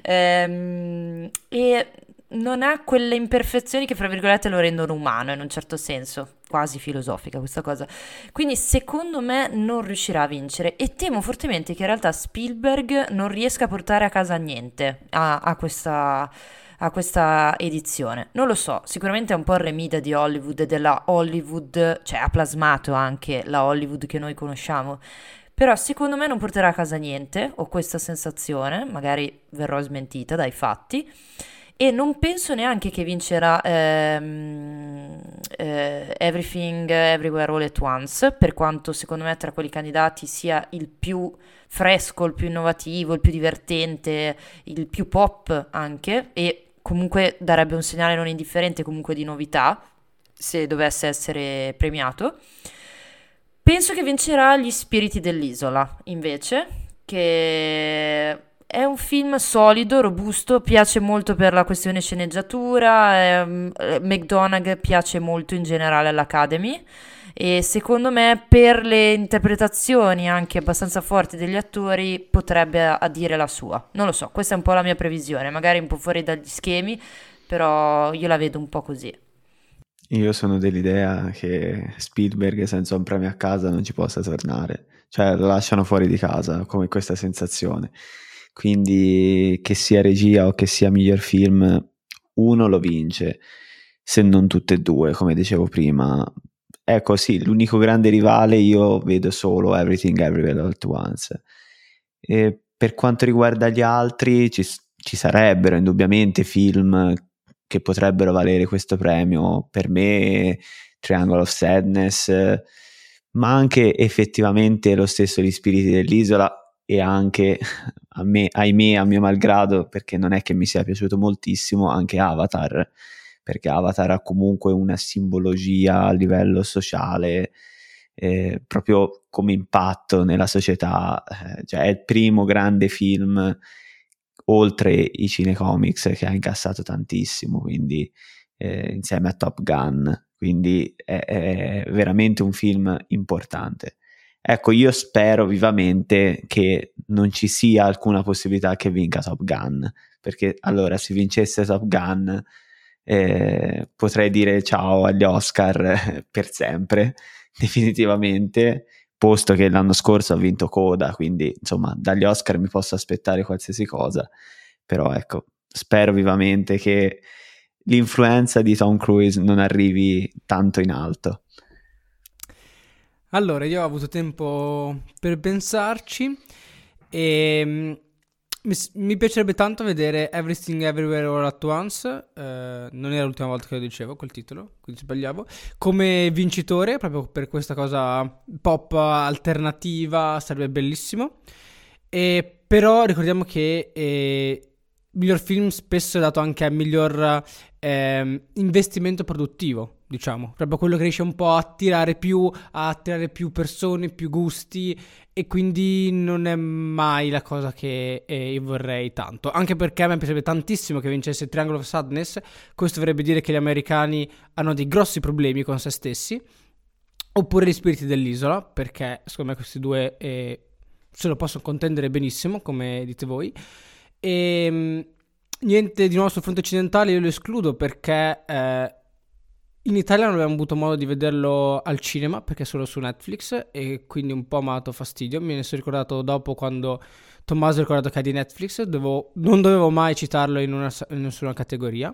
e non ha quelle imperfezioni che fra virgolette lo rendono umano in un certo senso, quasi filosofica questa cosa. Quindi secondo me non riuscirà a vincere e temo fortemente che in realtà Spielberg non riesca a portare a casa niente a questa edizione. Non lo so, sicuramente è un po' il remida di Hollywood e della Hollywood, cioè ha plasmato anche la Hollywood che noi conosciamo. Però secondo me non porterà a casa niente, ho questa sensazione, magari verrò smentita dai fatti. E non penso neanche che vincerà Everything Everywhere All at Once, per quanto secondo me tra quelli candidati sia il più fresco, il più innovativo, il più divertente, il più pop anche, e comunque darebbe un segnale non indifferente comunque di novità, se dovesse essere premiato. Penso che vincerà Gli spiriti dell'isola, invece, che è un film solido, robusto, piace molto per la questione sceneggiatura, McDonagh piace molto in generale all'Academy e secondo me per le interpretazioni anche abbastanza forti degli attori potrebbe a dire la sua. Non lo so, questa è un po' la mia previsione, magari un po' fuori dagli schemi, però io la vedo un po' così. Io sono dell'idea che Spielberg senza un premio a casa non ci possa tornare, cioè lo lasciano fuori di casa come questa sensazione. Quindi che sia regia o che sia miglior film, uno lo vince, se non tutte e due, come dicevo prima. Ecco, sì, l'unico grande rivale io vedo solo Everything Everywhere All at Once. E per quanto riguarda gli altri, ci sarebbero indubbiamente film che potrebbero valere questo premio. Per me Triangle of Sadness, ma anche effettivamente lo stesso Gli spiriti dell'isola, e anche a me, ahimè, a mio malgrado, perché non è che mi sia piaciuto moltissimo, anche Avatar, perché Avatar ha comunque una simbologia a livello sociale, proprio come impatto nella società, cioè è il primo grande film oltre i cinecomics, che ha incassato tantissimo, quindi insieme a Top Gun, quindi è veramente un film importante. Ecco, io spero vivamente che non ci sia alcuna possibilità che vinca Top Gun, perché allora se vincesse Top Gun potrei dire ciao agli Oscar per sempre, definitivamente, posto che l'anno scorso ha vinto Coda, quindi insomma dagli Oscar mi posso aspettare qualsiasi cosa, però ecco, spero vivamente che l'influenza di Tom Cruise non arrivi tanto in alto. Allora, io ho avuto tempo per pensarci e mi piacerebbe tanto vedere Everything Everywhere All At Once, non era l'ultima volta che lo dicevo quel titolo, quindi sbagliavo, come vincitore, proprio per questa cosa pop alternativa, sarebbe bellissimo. Però ricordiamo che miglior film spesso è dato anche a miglior investimento produttivo, diciamo, proprio quello che riesce un po' a attirare più persone, più gusti, e quindi non è mai la cosa che io vorrei tanto, anche perché a me piacerebbe tantissimo che vincesse Triangle of Sadness. Questo vorrebbe dire che gli americani hanno dei grossi problemi con se stessi, oppure Gli spiriti dell'isola, perché secondo me questi due se lo possono contendere benissimo, come dite voi. E niente di nuovo sul fronte occidentale, io lo escludo perché in Italia non abbiamo avuto modo di vederlo al cinema, perché è solo su Netflix, e quindi un po' mi ha dato fastidio. Me ne sono ricordato dopo, quando Tommaso ha ricordato che è di Netflix, non dovevo mai citarlo in nessuna categoria.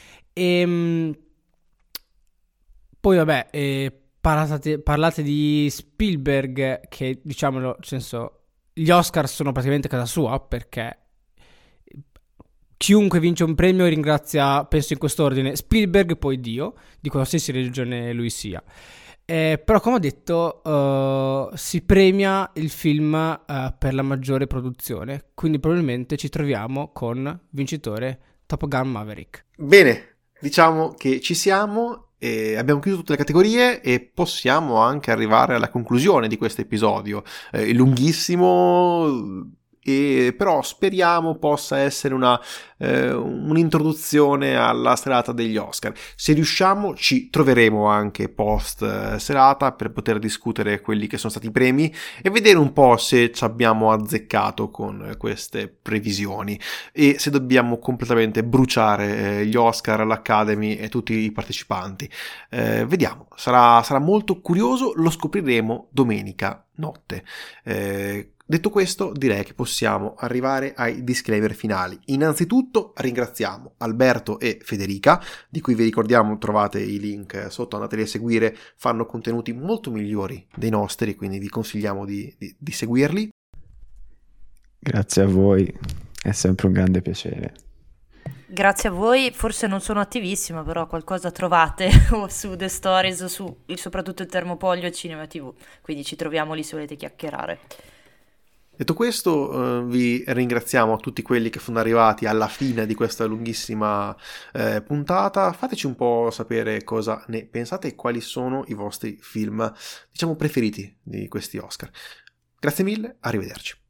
Poi vabbè, parlate di Spielberg, che diciamolo, nel senso, gli Oscar sono praticamente casa sua, perché chiunque vince un premio ringrazia, penso in quest'ordine, Spielberg, poi Dio, di qualsiasi religione lui sia. Però come ho detto, si premia il film per la maggiore produzione, quindi probabilmente ci troviamo con vincitore Top Gun Maverick. Bene, diciamo che ci siamo, abbiamo chiuso tutte le categorie e possiamo anche arrivare alla conclusione di questo episodio. È lunghissimo, però speriamo possa essere un'introduzione alla serata degli Oscar. Se riusciamo ci troveremo anche post serata per poter discutere quelli che sono stati i premi e vedere un po' se ci abbiamo azzeccato con queste previsioni e se dobbiamo completamente bruciare gli Oscar, l'Academy e tutti i partecipanti. Vediamo, sarà molto curioso, lo scopriremo domenica notte. Detto questo, direi che possiamo arrivare ai disclaimer finali. Innanzitutto ringraziamo Alberto e Federica, di cui vi ricordiamo trovate i link sotto, andateli a seguire, fanno contenuti molto migliori dei nostri, quindi vi consigliamo di seguirli. Grazie a voi, è sempre un grande piacere. Grazie a voi, forse non sono attivissima, però qualcosa trovate o su The Stories, o soprattutto il Termopolio e Cinema TV, quindi ci troviamo lì se volete chiacchierare. Detto questo, vi ringraziamo a tutti quelli che sono arrivati alla fine di questa lunghissima puntata. Fateci un po' sapere cosa ne pensate e quali sono i vostri film, diciamo, preferiti di questi Oscar. Grazie mille, arrivederci.